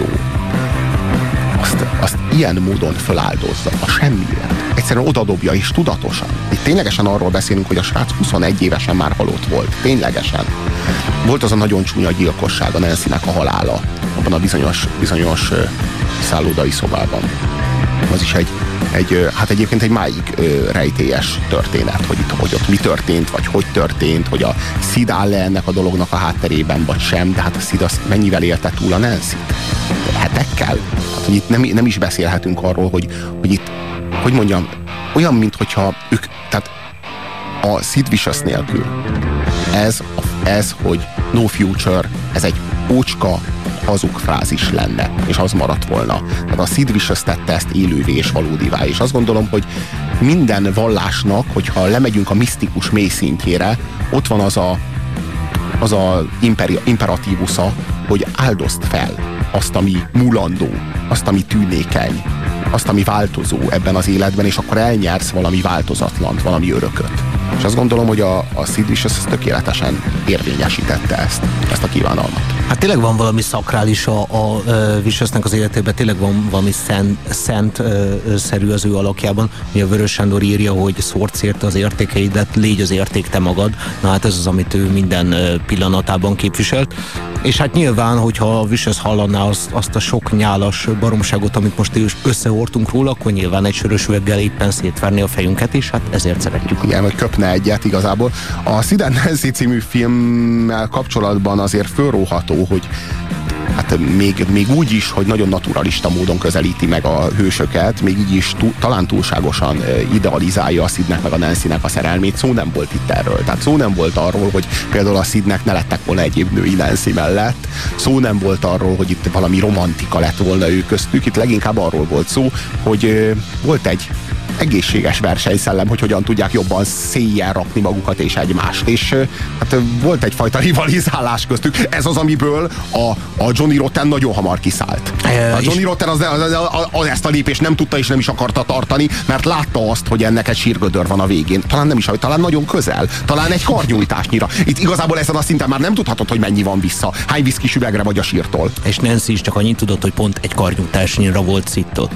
azt, azt ilyen módon föláldozza a semmiért. Egyszerűen odadobja, és tudatosan. Itt ténylegesen arról beszélünk, hogy a srác huszonegy évesen már halott volt. Ténylegesen. Volt az a nagyon csúnya gyilkosság, a Nancy-nek a halála abban a bizonyos, bizonyos uh, szállodai szobában. Az is egy, egy, hát egyébként egy máig uh, rejtélyes történet, hogy itt, hogy ott mi történt, vagy hogy történt, hogy a Sid áll-e ennek a dolognak a hátterében, vagy sem, de hát a Sid az mennyivel élte túl a Nancy-t? Hetekkel? Hát, hogy itt nem, nem is beszélhetünk arról, hogy, hogy itt, hogy mondjam, olyan, minthogyha ők, tehát a Sid Vicious nélkül ez, ez, hogy no future, ez egy ócska, hazug frázis lenne, és az maradt volna. Tehát a Sid Vicious tette ezt élővé és valódivá, és azt gondolom, hogy minden vallásnak, hogyha lemegyünk a misztikus mély szintjére, ott van az a, az a imperi, imperatívusza, hogy áldozd fel azt, ami múlandó, azt, ami tűnékeny, azt, ami változó ebben az életben, és akkor elnyersz valami változatlant, valami örököt. És azt gondolom, hogy a, a Sid Vicious tökéletesen érvényesítette ezt, ezt a kívánalmat. Hát tényleg van valami szakrális a, a, a Viciousnek az életében, tényleg van valami szent, szent ö, szerű az ő alakjában. Ugye a Vörös Sándor írja, hogy szórsz érte az értékeidet, légy az érték te magad. Na hát ez az, amit ő minden pillanatában képviselt. És hát nyilván, hogyha a Vicious hallaná azt, azt a sok nyálas baromságot, amit most összehordtunk róla, akkor nyilván egy sörös üveggel éppen szétverni a fejünket is, hát ezért szeretjük. Igen, hogy köpne egyet igazából. A Sid and Nancy című filmmel kapcsolatban azért fölróható, hogy hát még, még úgy is, hogy nagyon naturalista módon közelíti meg a hősöket, még így is túl, talán túlságosan idealizálja a Sidnek meg a Nancynek a szerelmét. Szó nem volt itt erről. Tehát szó nem volt arról, hogy például a Sidnek ne lettek volna egyéb női Nancy mellett. Szó nem volt arról, hogy itt valami romantika lett volna ő köztük. Itt leginkább arról volt szó, hogy volt egy egészséges versenyszellem, hogy hogyan tudják jobban széjjel rakni magukat és egymást. És hát volt egyfajta rivalizálás köztük. Ez az, amiből a, a Johnny Rotten nagyon hamar kiszállt. A Johnny Rotten az, az, az, az ezt a lépést nem tudta és nem is akarta tartani, mert látta azt, hogy ennek egy sírgödör van a végén. Talán nem is, talán nagyon közel. Talán egy karnyújtásnyira. Itt igazából ezen a szinten már nem tudhatod, hogy mennyi van vissza. Hány viszkis üvegre vagy a sírtól. És Nancy is csak annyit tudott, hogy pont egy karnyújtásnyira volt Sidtől.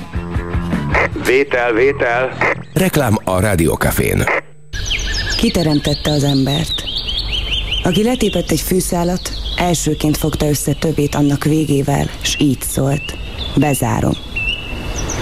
Vétel, vétel. Reklám a Rádiókafén. Kiteremtette az embert. Aki letépett egy fűszálat, elsőként fogta össze többét annak végével, s így szólt. Bezárom.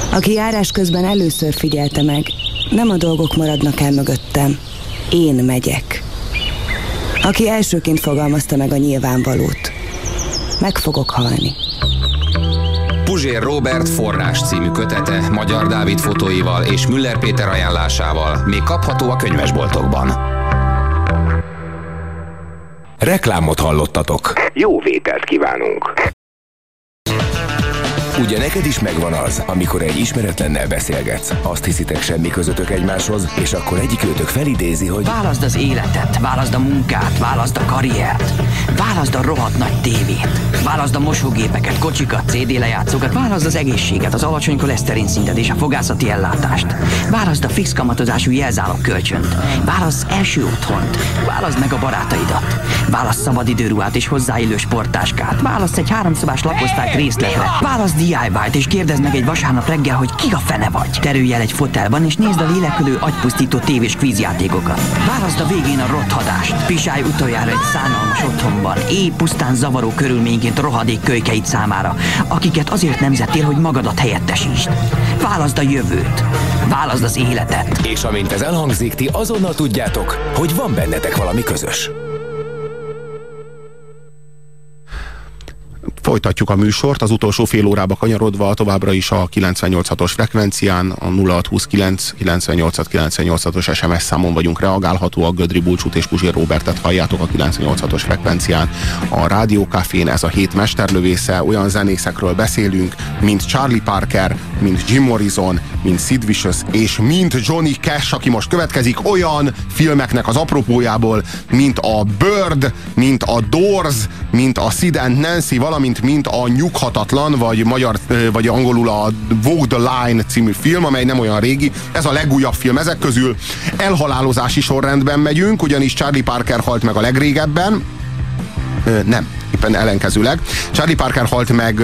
Aki járás közben először figyelte meg, nem a dolgok maradnak el mögöttem, én megyek. Aki elsőként fogalmazta meg a nyilvánvalót, meg fogok halni. Puzsér Róbert Forrás című kötete Magyar Dávid fotóival és Müller Péter ajánlásával még kapható a könyvesboltokban. Reklámot hallottatok. Jó vételt kívánunk! Ugye neked is megvan az, amikor egy ismeretlennel beszélgetsz, azt hiszitek semmi közöttök egymáshoz, és akkor egyikőtök felidézi, hogy válaszd az életet, válaszd a munkát, válaszd a karriert, válaszd a rohadt nagy tévét, válaszd a mosógépeket, kocsikat, cé dé lejátszókat, válaszd az egészséget, az alacsony koleszterin szintet és a fogászati ellátást, válaszd a fix kamatozású jelzálog kölcsönt, válaszd első otthont, válaszd meg a barátaidat, válaszd szabadidőruhát és hozzáillő sporttáskát, válaszd egy háromszobás lakosztályt részletre, válaszd dé i vé-t és kérdezd meg egy vasárnap reggel, hogy ki a fene vagy. Terülj el egy fotelban és nézd a lélekülő, agypusztító tévés kvízjátékokat. Válaszd a végén a rothadást. Pisálj utoljára egy szánalmas otthonban, éj pusztán zavaró körülményként rohadék kölykeid számára, akiket azért nemzettél, hogy magadat helyettesítsd. Válaszd a jövőt. Válaszd az életet. És amint ez elhangzik, ti azonnal tudjátok, hogy van bennetek valami közös. Folytatjuk a műsort, az utolsó fél órába kanyarodva továbbra is a kilencvennyolc hatos frekvencián, a nulla hat huszonkilenc kilencvennyolc kilencvennyolc hatos es em es számon vagyunk reagálhatóak, Gödri Bulcsút és Puzsér Róbertet halljátok a kilencvennyolc hatos frekvencián. A Rádió Cafén ez a hét mesterlövésze, olyan zenészekről beszélünk, mint Charlie Parker, mint Jim Morrison, mint Sid Vicious, és mint Johnny Cash, aki most következik, olyan filmeknek az apropójából, mint a Bird, mint a Doors, mint a Sid and Nancy, valamint mint a Nyughatatlan, vagy magyar, vagy angolul a Walk the Line című film, amely nem olyan régi. Ez a legújabb film ezek közül. Elhalálozási sorrendben megyünk, ugyanis Charlie Parker halt meg a legrégebben. Ö, nem, éppen ellenkezőleg. Charlie Parker halt meg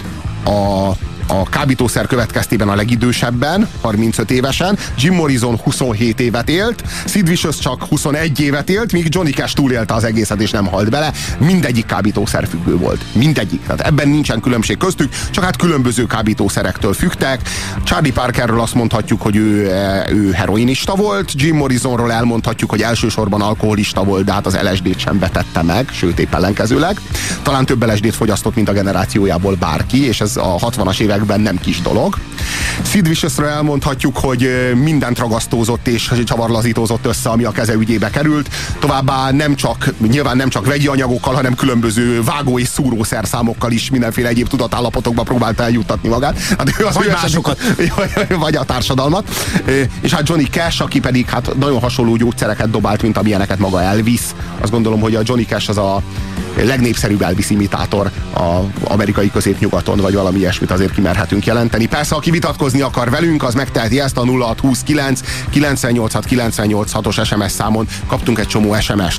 a a kábítószer következtében a legidősebben, harmincöt évesen, Jim Morrison huszonhét évet élt, Sid Vicious csak huszonegy évet élt, míg Johnny Cash túlélte az egészet és nem halt bele. Mindegyik kábítószerfüggő volt. Mindegyik. Tehát ebben nincsen különbség köztük, csak hát különböző kábítószerektől függtek. Charlie Parkerről azt mondhatjuk, hogy ő, ő heroinista volt, Jim Morrisonról elmondhatjuk, hogy elsősorban alkoholista volt, de hát az el es dét sem vetette meg, sőt épp ellenkezőleg. Talán több el es dét fogyasztott, mint a generációjából bárki, és ez a hatvanas évek nem kis dolog. Sid Viciousről elmondhatjuk, hogy mindent ragasztózott és csavarlazítózott össze, ami a keze ügyébe került. Továbbá nem csak, nyilván nem csak vegyi anyagokkal, hanem különböző vágó- és szúrószerszámokkal is mindenféle egyéb tudatállapotokba próbálta eljuttatni magát. Hát ő az vagy másokat. Vagy a társadalmat. És hát Johnny Cash, aki pedig hát nagyon hasonló gyógyszereket dobált, mint amilyeneket maga Elvis. Azt gondolom, hogy a Johnny Cash az a legnépszerűbb Elvis imitátor az amerikai középnyugaton, vagy valami ilyesmit azért kimerhetünk jelenteni. Persze, aki vitatkozni akar velünk, az megteheti ezt a nulla hat huszonkilenc kilencvennyolc kilencvennyolc hatos es em es számon. Kaptunk egy csomó es em est.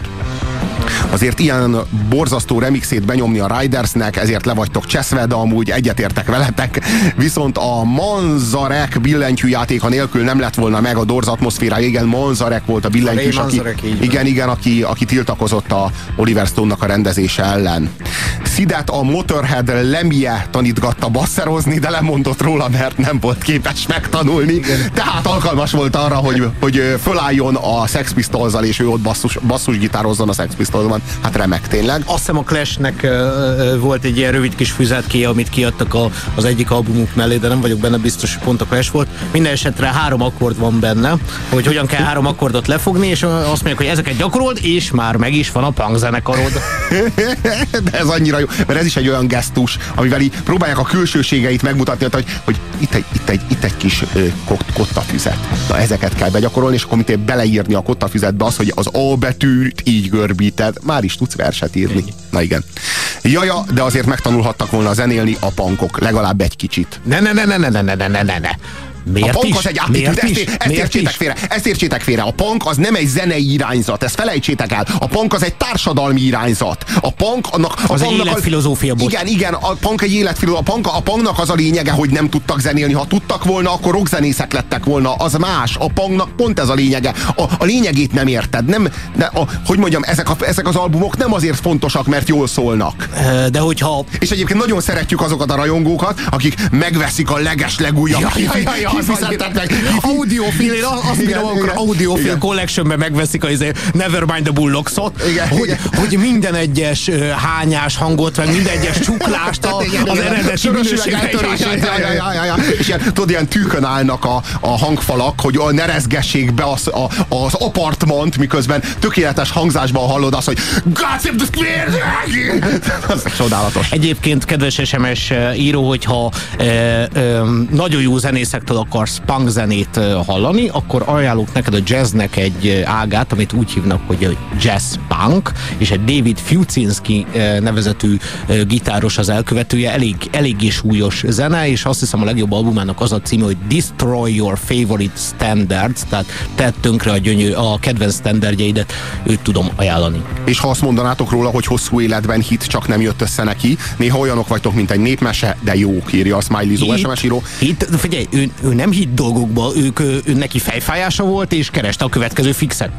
Azért ilyen borzasztó remixét benyomni a Ridersnek, ezért le vagytok cseszve, de amúgy egyetértek veletek. Viszont a Manzarek billentyű játéka nélkül nem lett volna meg a Doors atmoszférája. Igen, Manzarek volt a billentyűs, a aki, igen, igen, aki, aki tiltakozott a Oliver Stone-nak a rendezése ellen. Sidet a Motorhead Lemie tanítgatta basszerozni, de lemondott róla, mert nem volt képes megtanulni. Igen. Tehát alkalmas volt arra, hogy, hogy fölálljon a Sex Pistols-zal, és ő ott basszus, basszusgitározzon a Sex Pistols-ban. Hát remek tényleg. Azt hiszem a Clash-nek uh, volt egy ilyen rövid kis füzetké, amit kiadtak a, az egyik albumuk mellé, de nem vagyok benne biztos, hogy pont a Clash volt. Minden esetre három akkord van benne, hogy hogyan kell három akkordot lefogni, és azt mondják, hogy ezeket gyakorold, és már meg is van a punk zenekarod. De ez annyira jó, mert ez is egy olyan gesztus, amivel így próbálják a külsőségeit megmutatni, hogy, hogy itt, egy, itt, egy, itt egy kis ö, kot, kottafüzet. Na ezeket kell begyakorolni, és akkor mit beleírni a kottafüzetbe az, hogy az A betűt így görbíted. Már is tudsz verset írni. Na igen. Jaja, de azért megtanulhattak volna zenélni a punkok, legalább egy kicsit. Ne, ne, ne, ne, ne, ne, ne, ne, ne, ne. Miért a punk is? az egy attitűd, Miért ezt, is? ezt, Miért értsétek is? félre, ezt értsétek félre. A punk az nem egy zenei irányzat, ezt felejtsétek el. A punk az egy társadalmi irányzat. A punk annak... A az egy életfilozófia, bocs. Igen, igen, a punk egy életfilozófia. A, punk, a punknak az a lényege, hogy nem tudtak zenélni. Ha tudtak volna, akkor rockzenészek lettek volna. Az más. A punknak pont ez a lényege. A, a lényegét nem érted. Nem, de a, hogy mondjam, ezek, a, ezek az albumok nem azért fontosak, mert jól szólnak. De hogyha... És egyébként nagyon szeretjük azokat a rajongókat, akik megveszik a leges legújabb ja, ja, ja, ja, hifizettek. Audiofil, én azt bírom, amikor Audiofil Collectionben megveszik a Nevermind the Bullocks-ot, hogy, hogy minden egyes uh, hányás hangot, meg minden egyes csuklást a, az eredeti minőségre. És ilyen, tudod, ilyen tűkön állnak a, a hangfalak, hogy ne rezgessék be az, a, az apartmant, miközben tökéletes hangzásban hallod azt, hogy Gossip the Square! Az csodálatos. Egyébként, kedves es em es író, hogyha e, e, nagyon jó zenészektől akarsz punk zenét hallani, akkor ajánlok neked a jazznek egy ágát, amit úgy hívnak, hogy jazz punk, és egy David Fiuczynski nevezetű gitáros az elkövetője, elég, eléggé súlyos zene, és azt hiszem a legjobb albumának az a címe, hogy Destroy Your Favorite Standards, tehát tedd tönkre a, gyönyör, a kedvenc standardjaidet, őt tudom ajánlani. És ha azt mondanátok róla, hogy hosszú életben hit, csak nem jött össze neki, néha olyanok vagytok, mint egy népmese, de jó, írja a Smiley-zó es em es író. Hit, figyelj, ő, ő nem hitt dolgokba, ők, ő, ő neki fejfájása volt, és kereste a következő fixet.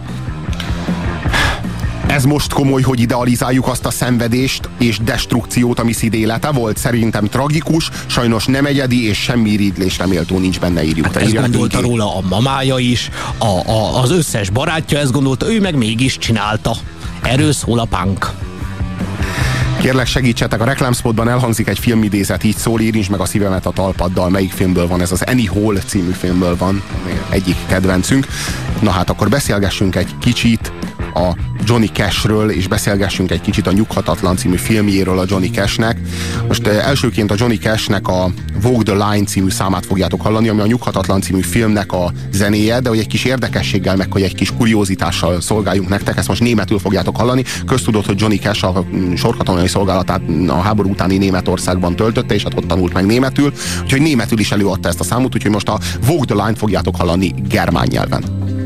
Ez most komoly, hogy idealizáljuk azt a szenvedést és destrukciót, ami Sid élete volt. Szerintem tragikus, sajnos nem egyedi, és semmi irigylésre méltó nincs benne, írjuk. Hát ezt gondolta róla a mamája is, a, a, az összes barátja ezt gondolta, ő meg mégis csinálta. Erről szól a punk. Kérlek, segítsetek, a reklámspotban elhangzik egy filmidézet, így szól, érintsd meg a szívemet a talpaddal. Melyik filmből van? Ez az Annie Hall című filmből van, egyik kedvencünk. Na hát akkor beszélgessünk egy kicsit a Johnny Cashről, és beszélgessünk egy kicsit a Nyughatatlan című filmjéről a Johnny Cashnek. Most eh, elsőként a Johnny Cashnek a Walk the Line című számát fogjátok hallani, ami a Nyughatatlan című filmnek a zenéje, de hogy egy kis érdekességgel, meg hogy egy kis kuriózitással szolgáljunk nektek, ezt most németül fogjátok hallani. Köztudott, hogy Johnny Cash a sorkatonai szolgálatát a háború utáni Németországban töltötte, és hát ott tanult meg németül, úgyhogy németül is előadta ezt a számot, úgyhogy most a Walk the Line fogjátok hallani germán nyelven.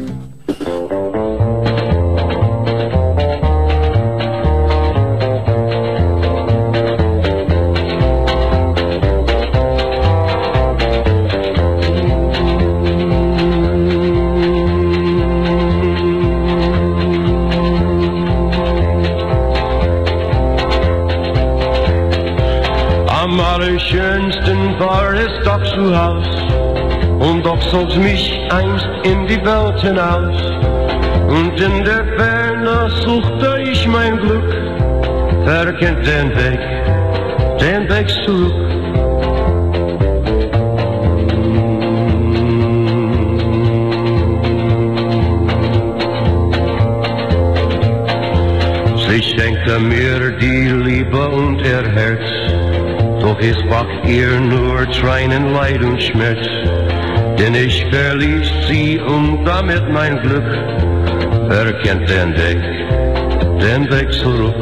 Schönsten war es doch zu Haus, und doch zog's mich einst in die Welt hinaus. Und in der Ferne suchte ich mein Glück, verkennt den Weg, den Weg zurück. Sie schenkte mir die Liebe und ihr Herz, doch es wach ihr nur Tränen, Leid und Schmerz. Denn ich verließ sie und damit mein Glück verkennt den Weg, den Weg zurück.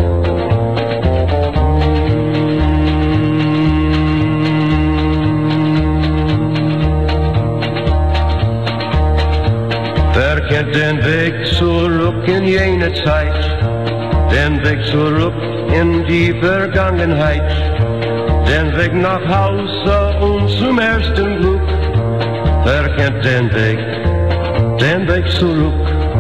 Verkennt den Weg zurück in jene Zeit, den Weg zurück in die Vergangenheit. Den Weg nach Hause und zum ersten Glück, verkennt den Weg, den Weg zurück.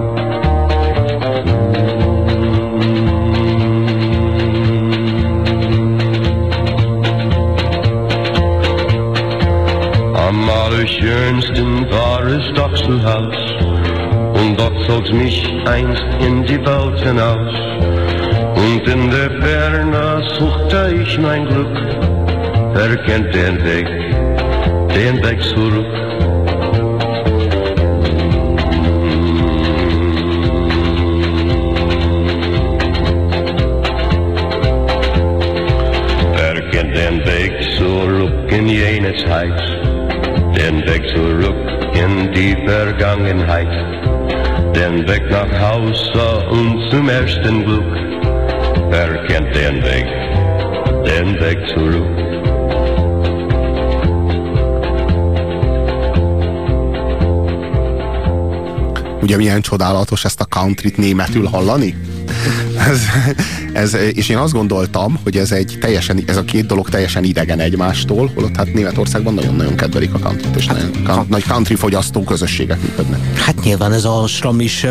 Am allerschönsten war es doch zu Haus, und dort zog's mich einst in die Welt hinaus. Und in der Ferne suchte ich mein Glück, verkennt den Weg, den Weg zurück. Verkennt den Weg zurück in jene Zeit, den Weg zurück in die Vergangenheit, den Weg nach Hause und zum ersten Glück, verkennt den Weg, den Weg zurück. Ugye milyen csodálatos ezt a countryt németül hallani? Ez, ez, és én azt gondoltam, hogy ez egy teljesen, ez a két dolog teljesen idegen egymástól, holott hát Németországban nagyon-nagyon kedvelik a countryt, és nagyon, ka, nagy country fogyasztó közösségek működnek. Hát nyilván ez a stramis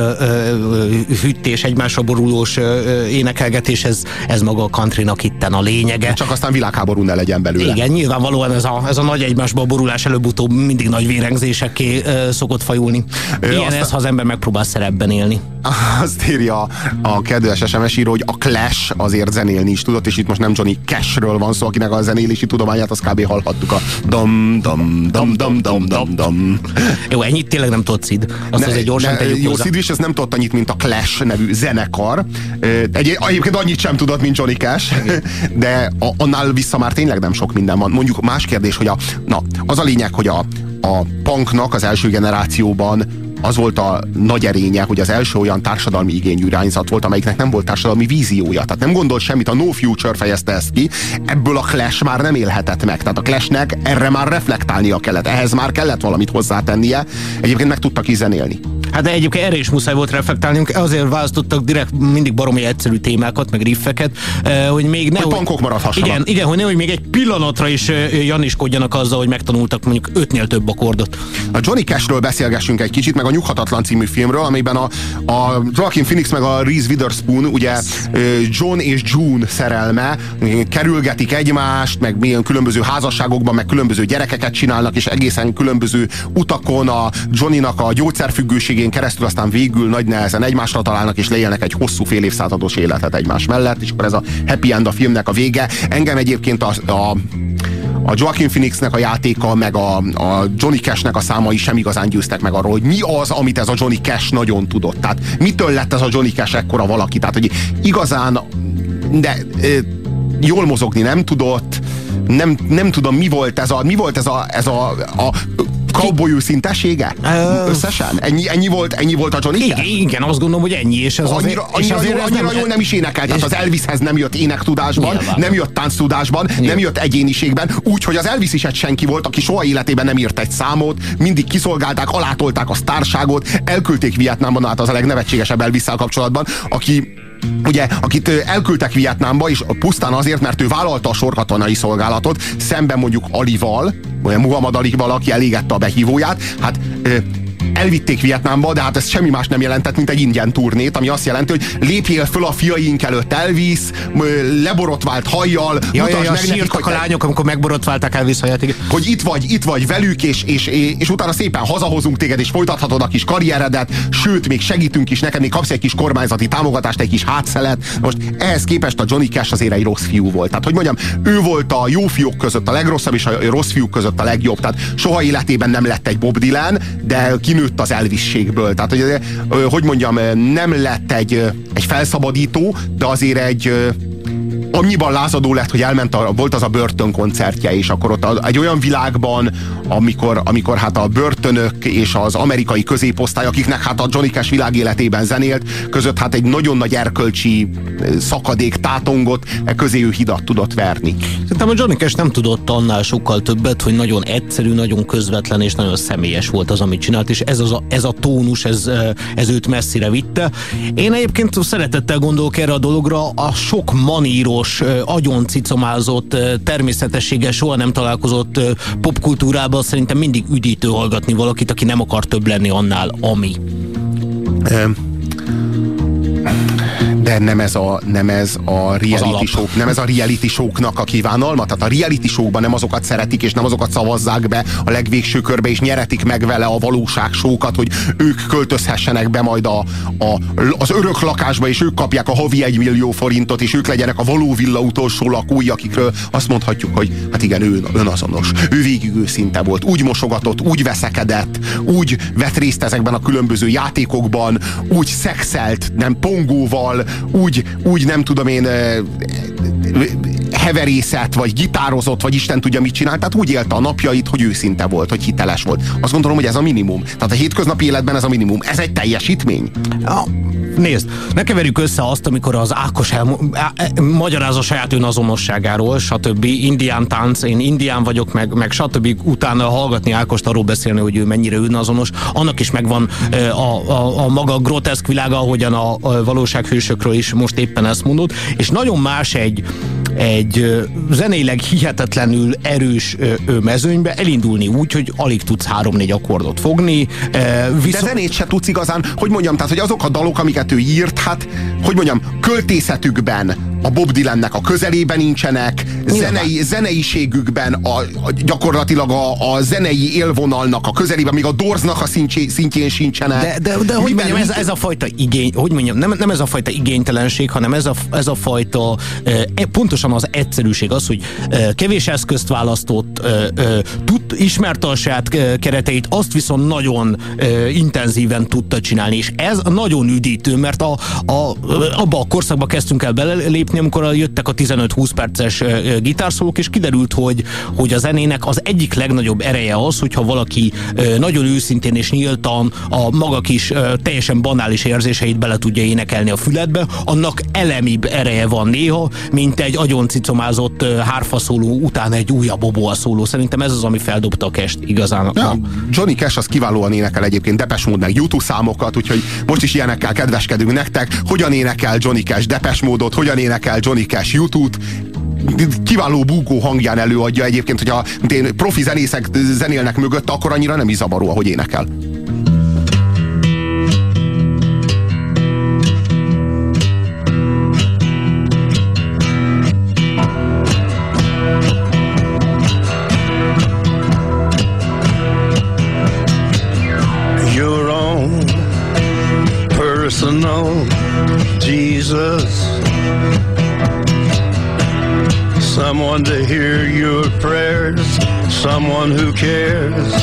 hűtés, egymásra borulós ö, énekelgetés, ez, ez maga a countrynak itten a lényege. Csak aztán világháború ne legyen belőle. Igen, nyilvánvalóan ez a, ez a nagy egymásba borulás előbb-utóbb mindig nagy vérengzésekké ö, szokott fajulni. Ilyen aztán... ez, ha az ember megpróbál szerepben élni. Azt írja a kedves es em es író, hogy a Clash azért zenélni is tudott, és itt most nem Johnny Cashről van szó, akinek a zenélési tudományát, azt kb. Hallhattuk a dom dom dom dom dom dom dom. Jó, ennyit tényleg nem tudod, Sid. Azt azért gyorsan tegyük jó, hozzá. Sid is ez nem tudott annyit, mint a Clash nevű zenekar. Egy, egyébként annyit sem tudott, mint Johnny Cash, de a, annál vissza már tényleg nem sok minden van. Mondjuk más kérdés, hogy a, na, az a lényeg, hogy a, a punknak az első generációban az volt a nagy erénye, hogy az első olyan társadalmi igényű irányzat volt, amelyiknek nem volt társadalmi víziója. Tehát nem gondolt semmit, a No Future fejezte ezt ki, ebből a Clash már nem élhetett meg. Tehát a Clashnek erre már reflektálnia kellett, ehhez már kellett valamit hozzátennie. Egyébként meg tudtak is zenélni. Hát de egyébként erre is muszáj volt reflektálnunk, azért választottak direkt mindig baromi egyszerű témákat, meg riffeket, hogy még ne... Hogy punkok maradhassanak. Igen, igen, hogy nehogy még egy pillanatra is janiskodjanak azzal, hogy megtanultak mondjuk ötnél több akkordot. A Johnny Cashről beszélgessünk egy kicsit, meg a Nyughatatlan című filmről, amiben a, a Joaquin Phoenix meg a Reese Witherspoon, ugye John és June szerelme, kerülgetik egymást, meg milyen különböző házasságokban, meg különböző gyerekeket csinálnak, és egészen különböző utakon a Johnnynak a gyógyszerfüggőségén keresztül aztán végül nagy nehezen egymásra találnak, és leélnek egy hosszú fél évszázados életet egymás mellett, és akkor ez a happy end a filmnek a vége. Engem egyébként a, a a Joaquin Phoenixnek a játéka, meg a, a Johnny Cashnek a számai sem igazán győztek meg arról, hogy mi az, amit ez a Johnny Cash nagyon tudott. Tehát mitől lett ez a Johnny Cash ekkora valaki? Tehát, hogy igazán de, e, jól mozogni nem tudott, nem, nem tudom, mi volt ez a, mi volt ez a, ez a, a cowboy őszintesége? Uh, Összesen? Ennyi, ennyi, volt, ennyi volt a Johnny Cash? Igen, igen, azt gondolom, hogy ennyi. És ez annyira, azért, annyira, és jól, annyira nem, jól nem is énekelt. Tehát az Elvishez nem jött énektudásban, nyilván. Nem jött tánctudásban, nyilván. Nem jött egyéniségben. Úgyhogy az Elvis is egy senki volt, aki soha életében nem írt egy számot, mindig kiszolgálták, alátolták a sztárságot, elküldték Vietnámban, hát az a legnevetségesebb Elvisszel kapcsolatban, aki ugye, akit elküldtek Vietnámba, és pusztán azért, mert ő vállalta a sorkatonai szolgálatot, szemben mondjuk Alival, vagy Muhammad Alival, aki elégette a behívóját, hát elvitték Vietnámba, de hát ez semmi más nem jelentett, mint egy ingyen turnét, ami azt jelenti, hogy lépjél föl a fiaink előtt Elvis, leborotvált hajjal, ja, mutasd ja, meg ja, nekik, hogy a lányok, amikor megborotválták Elvis haját, igen. Hogy itt vagy, itt vagy velük, és, és, és, és utána szépen hazahozunk téged, és folytathatod a kis karrieredet, sőt, még segítünk is neked, még kapsz egy kis kormányzati támogatást, egy kis hátszelet. Most ehhez képest a Johnny Cash azért egy rossz fiú volt. Tehát, hogy mondjam, ő volt a jó fiúk között a legrosszabb, és a rossz fiúk között a legjobb. Tehát soha életében nem lett egy Bob Dylan, de kinőtt az Elvisségből. Tehát, hogy, hogy mondjam, nem lett egy, egy felszabadító, de azért egy annyiban lázadó lett, hogy elment, a, volt az a börtönkoncertje, és akkor ott a, egy olyan világban, amikor, amikor hát a börtönök és az amerikai középosztály, akiknek hát a Johnny Cash világéletében zenélt, között hát egy nagyon nagy erkölcsi szakadék tátongott, e közé ő hidat tudott verni. Szerintem a Johnny Cash nem tudott annál sokkal többet, hogy nagyon egyszerű, nagyon közvetlen és nagyon személyes volt az, amit csinált, és ez, az a, ez a tónus, ez, ez őt messzire vitte. Én egyébként szeretettel gondolok erre a dologra, a sok maníró agyon cicomázott, természetességgel soha nem találkozott popkultúrában szerintem mindig üdítő hallgatni valakit, aki nem akar több lenni annál, ami. De nem ez a, nem ez a reality show, nem ez a reality show-knak a kívánalma. Tehát a reality show-ban nem azokat szeretik, és nem azokat szavazzák be a legvégső körbe, és nyeretik meg vele a valóság show-kat, hogy ők költözhessenek be majd a, a, az örök lakásba, és ők kapják a havi egy millió forintot, és ők legyenek a való villa utolsó lakói, akikről azt mondhatjuk, hogy hát igen, ő önazonos. Ő végig őszinte volt. Úgy mosogatott, úgy veszekedett, úgy vett részt ezekben a különböző játékokban, úgy szexelt, nem pongóval, úgy, úgy nem tudom én, heverészet, vagy gitározott, vagy Isten tudja mit csinált, tehát úgy élte a napjait, hogy őszinte volt, hogy hiteles volt. Azt gondolom, hogy ez a minimum. Tehát a hétköznapi életben ez a minimum. Ez egy teljesítmény. Ja, nézd, ne keverjük össze azt, amikor az Ákos el, magyaráz a saját önazonosságáról, stb. Indián tánc, én indián vagyok, meg, meg stb. Utána hallgatni Ákost arról beszélni, hogy ő mennyire önazonos. Annak is megvan a, a, a maga groteszk világa, ahogyan a, a valósághősökről is most éppen ezt mondod, és nagyon más egy egy zeneileg hihetetlenül erős mezőnybe elindulni úgy, hogy alig tudsz három-négy akkordot fogni. Viszont... De zenét se tudsz igazán, hogy mondjam, tehát, hogy azok a dalok, amiket ő írt, hát, hogy mondjam, költészetükben a Bob Dylannek a közelében nincsenek, zenei, zeneiségükben a, a, gyakorlatilag a, a zenei élvonalnak a közelében, még a Doorsnak a szintjén, szintjén sincsenek. De, de, de hogy mondjam, ez, ez a fajta igény, hogy mondjam, nem, nem ez a fajta igénytelenség, hanem ez a, ez a fajta e, pontosan az egyszerűség, az, hogy e, kevés eszközt választott, e, e, tud, ismerte a saját kereteit, azt viszont nagyon e, intenzíven tudta csinálni, és ez nagyon üdítő, mert a, a, abba a korszakba kezdtünk el belelépni, amikor jöttek a tizenöt-húsz perces gitárszólók, és kiderült, hogy, hogy a zenének az egyik legnagyobb ereje az, hogyha valaki nagyon őszintén és nyíltan a maga kis teljesen banális érzéseit bele tudja énekelni a füledbe, annak elemibb ereje van néha, mint egy agyoncicomázott hárfaszóló után egy újabb boboa szóló. Szerintem ez az, ami feldobta a Cash-t igazán. Ja, Johnny Cash az kiválóan énekel egyébként Depeche Mode meg YouTube számokat, úgyhogy most is ilyenekkel kedveskedünk nektek. Hogyan énekel Johnny Cash Depeche Mode-ot, hogyan énekel Johnny Cash YouTube-t, kiváló búgó hangján előadja egyébként, hogyha profi zenészek zenélnek mögött, akkor annyira nem is zavaró, ahogy énekel. Your own personal Jesus, someone to hear your prayers, someone who cares.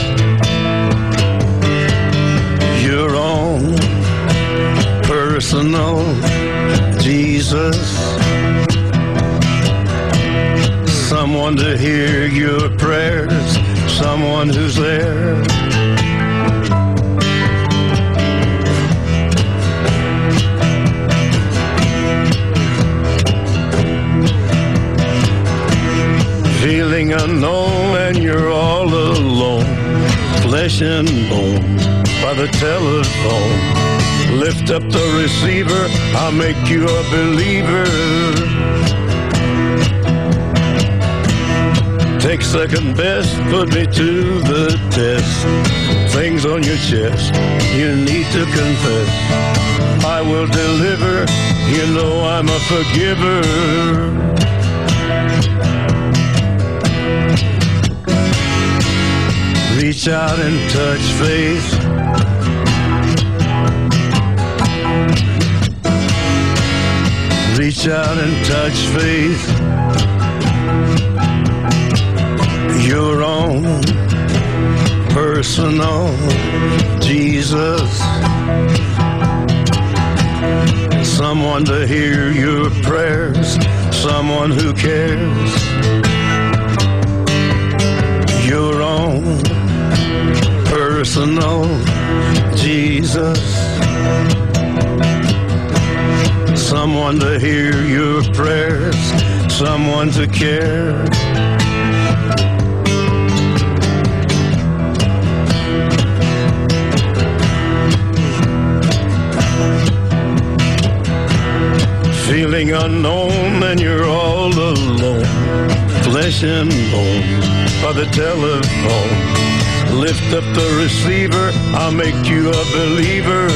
Your own personal Jesus, someone to hear your prayers, someone who's there. Feeling unknown and you're all alone, flesh and bone by the telephone. Lift up the receiver, I'll make you a believer. Take second best, put me to the test. Things on your chest, you need to confess. I will deliver, you know I'm a forgiver. Reach out and touch faith. Reach out and touch faith. Your own personal Jesus, someone to hear your prayers, someone who cares. Your own personal Jesus, someone to hear your prayers, someone to care. Feeling unknown and you're all alone, flesh and bone by the telephone. Lift up the receiver, I'll make you a believer.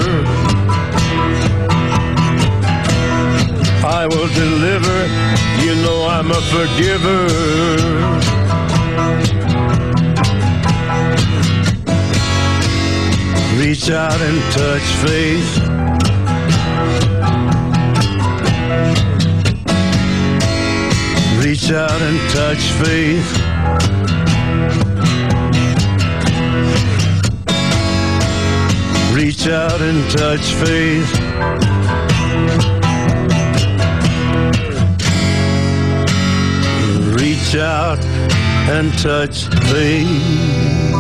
I will deliver, you know I'm a forgiver. Reach out and touch faith. Reach out and touch faith. Reach out and touch faith. out and touch base.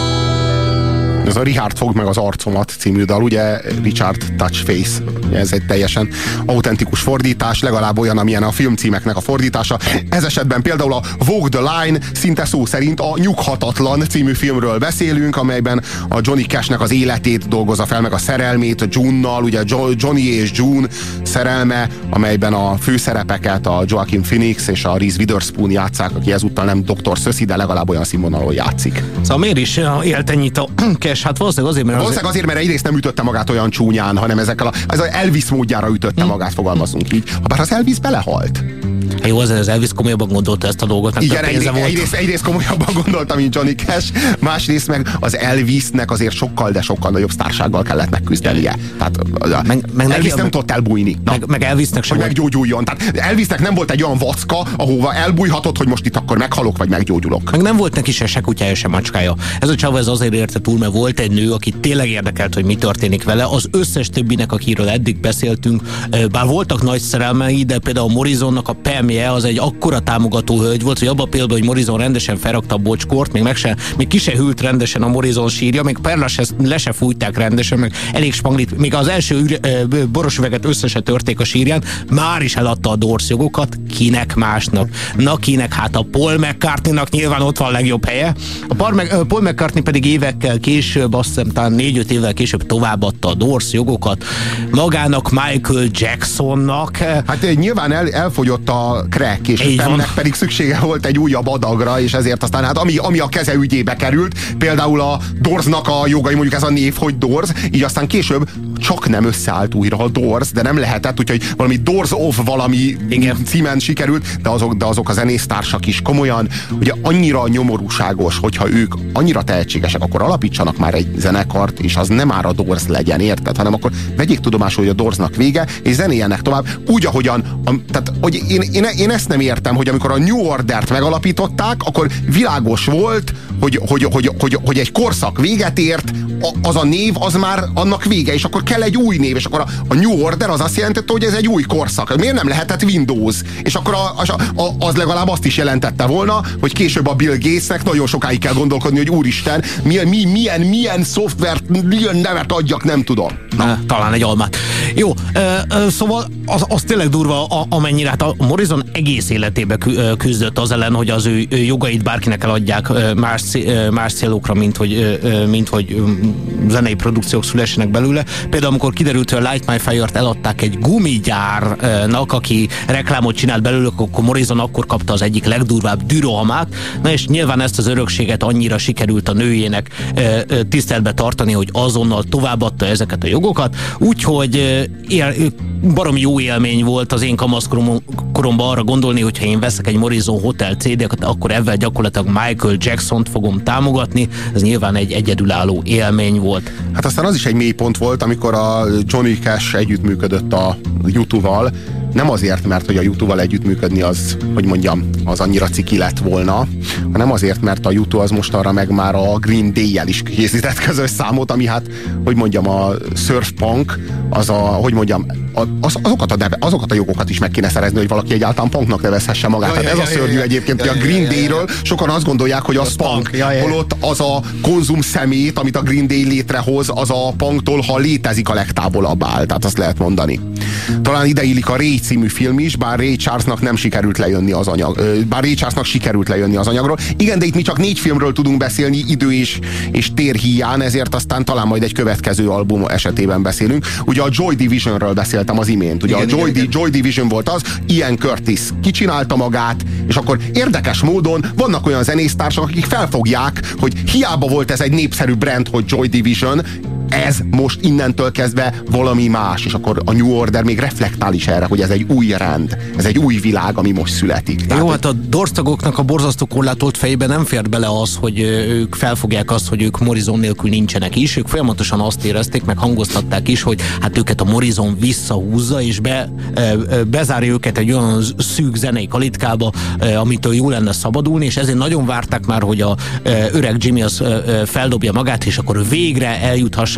Ez a Richard Fogd meg az arcomat című dal, ugye Richard Touchface. Ez egy teljesen autentikus fordítás, legalább olyan, amilyen a filmcímeknek a fordítása. Ez esetben például a Walk the Line, szinte szó szerint a Nyughatatlan című filmről beszélünk, amelyben a Johnny Cashnek az életét dolgozza fel, meg a szerelmét June-nal, ugye Johnny és June szerelme, amelyben a főszerepeket a Joaquin Phoenix és a Reese Witherspoon játsszák, aki ezúttal nem doktor Szöszi, de legalább olyan színvonalon játszik. Szóval miért is élt ennyit a Cash? Hát valószínűleg azért, mert... Valószínűleg azért, mert egyrészt nem ütötte magát olyan csúnyán, hanem ezekkel a, ez az Elvis módjára ütötte magát, fogalmazunk így. Habár az Elvis belehalt. Hát jó, azért az Elvis komolyabban gondolta ezt a dolgot, meg igen, egyrészt, egyrészt, egyrészt komolyabban gondolta, mint Johnny Cash, másrészt meg az Elvisnek azért sokkal, de sokkal nagyobb sztársággal kellett megküzdenie. Tehát meg, meg Elvis nem meg, tudott elbújni. Na, meg, meg Elvisnek sem hogy meggyógyuljon. Tehát Elvisnek nem volt egy olyan vacka, ahova elbújhatott, hogy most itt akkor meghalok, vagy meggyógyulok. Meg nem volt neki se se kutyája, se macskája. Ez a csava ez azért érte túl, mert volt egy nő, aki tényleg érdekelt, hogy mi történik vele. Az összes többinek, akiről eddig beszéltünk, bár voltak nagy szerelmei, de például Morrisonnak a Pamje az egy akkora támogató hölgy volt, hogy abban például, hogy Morrison rendesen felrakta a bocskort, még, meg se, még ki se hűlt rendesen a Morrison sírja, még perla se, le se fújták rendesen, meg elég spanglit, még az első üre, boros üveget össze se törték a sírján, már is eladta a Doors jogokat, kinek másnak. Na kinek? Hát a Paul McCartneynak nyilván ott van a legjobb helye. A Paul McCartney pedig évekkel később, azt hiszem talán négy-öt évvel később továbbadta a Doors jogokat magának, Michael Jacksonnak. Hát nyilván el, elfogyott a crack, és Pamnek pedig szüksége volt egy újabb adagra, és ezért aztán hát ami, ami a keze ügyébe került, például a Doorsnak a jogai, mondjuk ez a név, hogy Doors, így aztán később csak nem összeállt újra a Doors, de nem lehetett, úgyhogy valami Doors of valami igen. címen sikerült, de azok, de azok a zenésztársak is komolyan, ugye annyira nyomorúságos, hogyha ők annyira tehetségesek, akkor alapítsanak már egy zenekart, és az nem már a Doors legyen, érted? Hanem akkor vegyék tudomásul, hogy a Doorsnak vége, és zenéjenek tovább, úgy, ahogyan, a, tehát, hogy én, én, én ezt nem értem, hogy amikor a New Ordert megalapították, akkor világos volt, hogy, hogy, hogy, hogy, hogy egy korszak véget ért, az a név, az már annak vége, és akkor kell egy új név, és akkor a, a New Order az azt jelentette, hogy ez egy új korszak. Miért nem lehetett Windows? És akkor a, a, a, az legalább azt is jelentette volna, hogy később a Bill Gatesnek nagyon sokáig kell gondolkodni, hogy úristen, milyen, mi, milyen, milyen szoftvert, milyen nevet adjak, nem tudom. Na. Talán egy almát. Jó, ö, ö, szóval az, az tényleg durva, a, amennyire hát a Morrison egész életében küzdött az ellen, hogy az ő jogait bárkinek eladják más, más célokra, mint hogy, mint hogy zenei produkciók szülessenek belőle. Például amikor kiderült, hogy a Light My Fire-t eladták egy gumigyárnak, aki reklámot csinált belőlük, akkor Morrison akkor kapta az egyik legdurvább dürohamát. Na és nyilván ezt az örökséget annyira sikerült a nőjének tiszteletbe tartani, hogy azonnal továbbadta ezeket a jogokat. Úgyhogy él, baromi jó élmény volt az én kamaszkoromban arra gondolni, hogyha én veszek egy Morrison Hotel cé dé-ket, akkor ezzel gyakorlatilag Michael Jacksont fogom támogatni. Ez nyilván egy egyedülálló élmény volt. Hát aztán az is egy mélypont volt, amikor a Johnny Cash együttműködött a U kettővel, nem azért, mert hogy a U kettővel együttműködni az, hogy mondjam, az annyira ciki lett volna, hanem azért, mert a U kettő az mostanra meg már a Green Day-jel is készített közös számot, ami hát, hogy mondjam, a surf punk, az a, hogy mondjam, az, azokat, a neve, azokat a jogokat is meg kéne szerezni, hogy valaki egyáltalán punknak nevezhesse magát. Ja, hát ja, ez ja, a szörnyű ja, egyébként, ja, hogy a Green ja, Day-ről ja, ja. sokan azt gondolják, hogy az, az punk, punk. Ja, ja. holott az a konzum szemét, amit a Green Day létrehoz, az a punktól, ha létezik, a legtávolabb áll. Tehát azt lehet mondani. Talán ide illik a Ray című film is, bár Ray Charlesnak nem sikerült lejönni az anyag. Bár Ray Charlesnak sikerült lejönni az anyagról. Igen, de itt mi csak négy filmről tudunk beszélni idő és, és tér híján, ezért aztán talán majd egy következő album esetében beszélünk. Ugye a Joy Divisionről beszéltem az imént. Ugye igen, a Joy, igen, Di- Joy Division volt az, Ian Curtis kicsinálta magát, és akkor érdekes módon vannak olyan zenésztársak, akik felfogják, hogy hiába volt ez egy népszerű brand, hogy Joy Division, ez most innentől kezdve valami más, és akkor a New Order még reflektál is erre, hogy ez egy új rend, ez egy új világ, ami most születik. Tehát, jó, hát a Doors tagoknak a borzasztó korlátolt fejében nem fért bele az, hogy ők felfogják azt, hogy ők Morrison nélkül nincsenek is, ők folyamatosan azt érezték, meg hangoztatták is, hogy hát őket a Morrison visszahúzza, és be, bezárja őket egy olyan szűk zenei kalitkába, amitől jó lenne szabadulni, és ezért nagyon várták már, hogy a öreg Jimmy az feldobja magát, és akkor végre eljuthassanak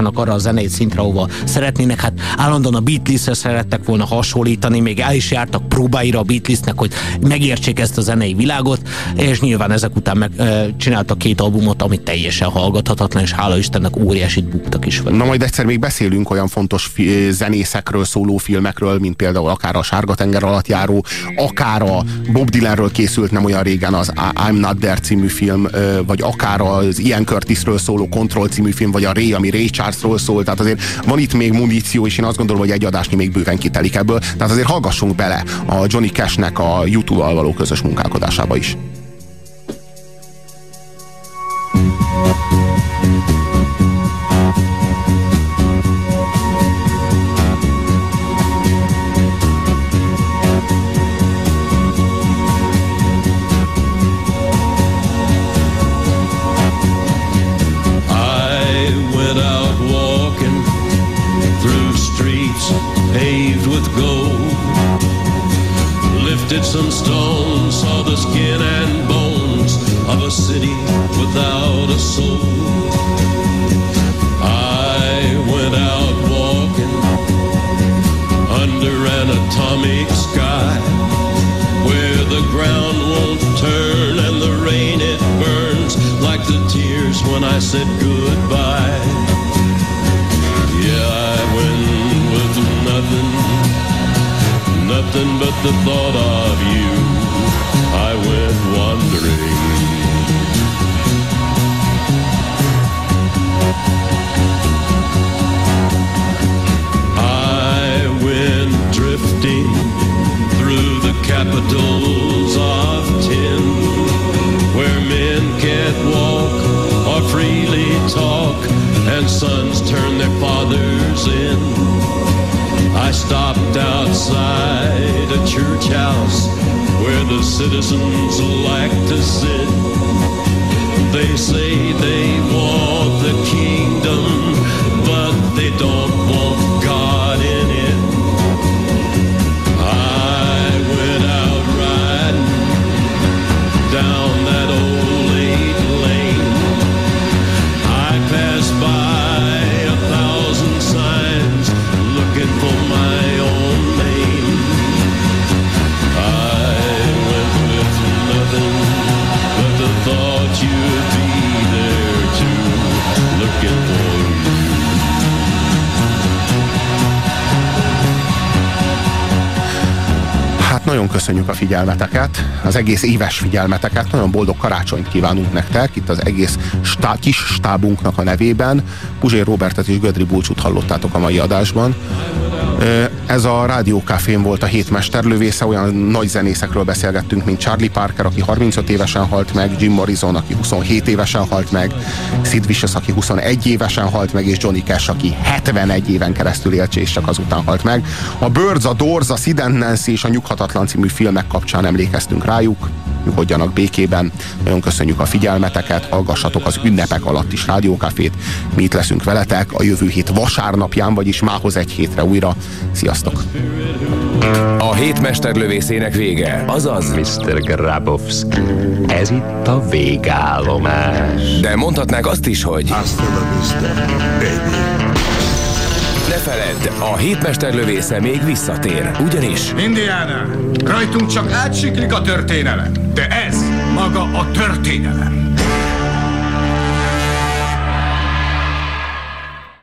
eljussanak arra a zenei szintre, ahova szeretnének. Hát állandóan a Beatlesre szerettek volna hasonlítani, még el is jártak próbáira a Beatlesnek, hogy megértsék ezt a zenei világot, és nyilván ezek után meg, e, csináltak két albumot, amit teljesen hallgathatatlan, és hála Istennek óriásit buktak is vele. Na majd egyszer még beszélünk olyan fontos fi- zenészekről szóló filmekről, mint például akár a Sárga tenger alatt járó, akár a Bob Dylanről készült nem olyan régen az I'm Not There című film, vagy akár az Ian Curtisről szóló Control című film, vagy a Ray, ami Ray Charlesról szól, tehát azért van itt még muníció, és én azt gondolom, hogy egy adásnyi még bőven kitelik ebből, tehát azért hallgassunk bele a Johnny Cashnek a YouTube-val való közös munkálkodásába is. Some stones, saw the skin and bones of a city without a soul. I went out walking under an atomic sky, where the ground won't turn and the rain it burns like the tears when I said goodbye. Yeah, I went with nothing, nothing but the thought of you. I went wandering. I went drifting through the capitals of tin, where men can't walk or freely talk, and sons turn their fathers in. I stopped outside a church house where the citizens like to sit. They say they want the kingdom, but they don't want God in it. I went out riding down that old eight lane. I passed by a thousand signs looking for my own name. I went with nothing but the thought you'd be there too, looking for you. Hát nagyon köszönjük a figyelmeteket, az egész éves figyelmeteket, nagyon boldog karácsonyt kívánunk nektek, itt az egész stá, kis stábunknak a nevében. Puzsér Robertet és Gödri Bulcsút hallottátok a mai adásban. Ez a Rádió Cafén volt a hét mesterlövésze, olyan nagy zenészekről beszélgettünk, mint Charlie Parker, aki harmincöt évesen halt meg, Jim Morrison, aki huszonhét évesen halt meg, Sid Vicious, aki huszonegy évesen halt meg, és Johnny Cash, aki hetvenegy éven keresztül élt, és csak azután halt meg. A Birds, a Doors, a Sid and Nancy és a Nyughatatlan című filmek kapcsán emlékeztünk rájuk. Nyugodjanak békében. Nagyon köszönjük a figyelmeteket, hallgassatok az ünnepek alatt is Rádiókafét. Mi itt leszünk veletek a jövő hét vasárnapján, vagyis mához egy hétre újra. Sziasztok! A hét mesterlövészének vége, azaz miszter Grabowski, ez itt a végállomás. De mondhatnák azt is, hogy Hasta la vista, baby. Ne feledd, a hét mesterlövésze még visszatér, ugyanis Indiana, rajtunk csak átsiklik a történelem, de ez maga a történelem.